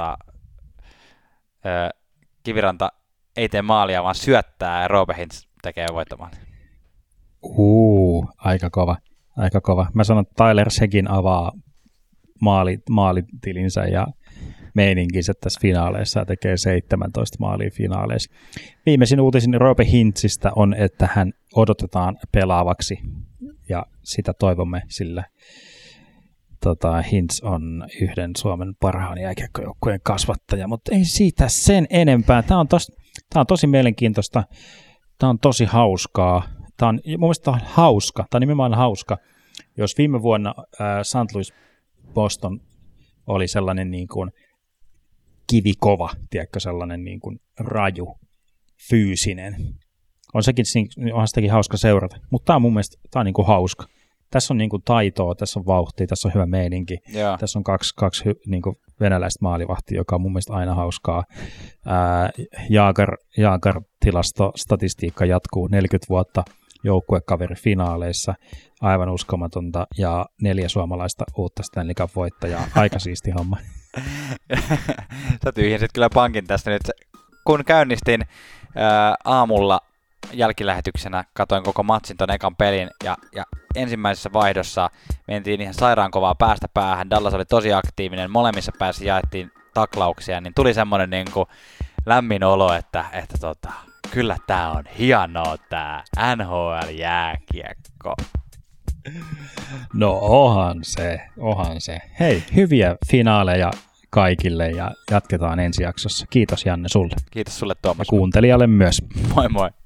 Kiviranta ei tee maalia, vaan syöttää, ja Roope Hintz tekee voittamaan. Aika kova. Mä sanon, että Tyler Seguin avaa maalitilinsä ja meininkinsä tässä finaaleissa ja tekee 17 maalia finaaleissa. Viimeisin uutisin Roope Hintzistä on, että hän odotetaan pelaavaksi ja sitä toivomme, sillä Hintz on yhden Suomen parhaan jääkiekkojoukkueen kasvattaja, mutta ei siitä sen enempää. Tämä on tosi mielenkiintoista. Tämä on tosi hauskaa. Mun mielestä tämä on nimenomaan hauska. Jos viime vuonna St. Louis Boston oli sellainen niin kuin kivikova, tiedätkö, sellainen niin kuin raju, fyysinen. Onhan sitäkin hauska seurata, mutta tämä on mun mielestä niin kuin hauska. Tässä on niin kuin taitoa, tässä on vauhtia, tässä on hyvä meininki. Yeah. Tässä on kaksi niin kuin venäläistä maalivahtia, joka on mun mielestä aina hauskaa. Jaager-tilasto, statistiikka jatkuu 40 vuotta joukkuekaveri finaaleissa, aivan uskomatonta, ja 4 suomalaista uutta Stanley Cup-voittajaa. Aika siisti homma. Sä tyhjensit kyllä pankin tässä nyt. Kun käynnistin aamulla jälkilähetyksenä, katoin koko matsin ton ekan pelin, ja ensimmäisessä vaihdossa mentiin ihan sairaankovaa päästä päähän. Dallas oli tosi aktiivinen, molemmissa päässä jaettiin taklauksia, niin tuli semmoinen niin kuin lämmin olo, että kyllä tää on hienoa tää NHL-jääkiekko. No onhan se. Hei, hyviä finaaleja kaikille ja jatketaan ensi jaksossa. Kiitos Janne sulle. Kiitos sulle Tuomas. Ja kuuntelijalle myös. Moi moi.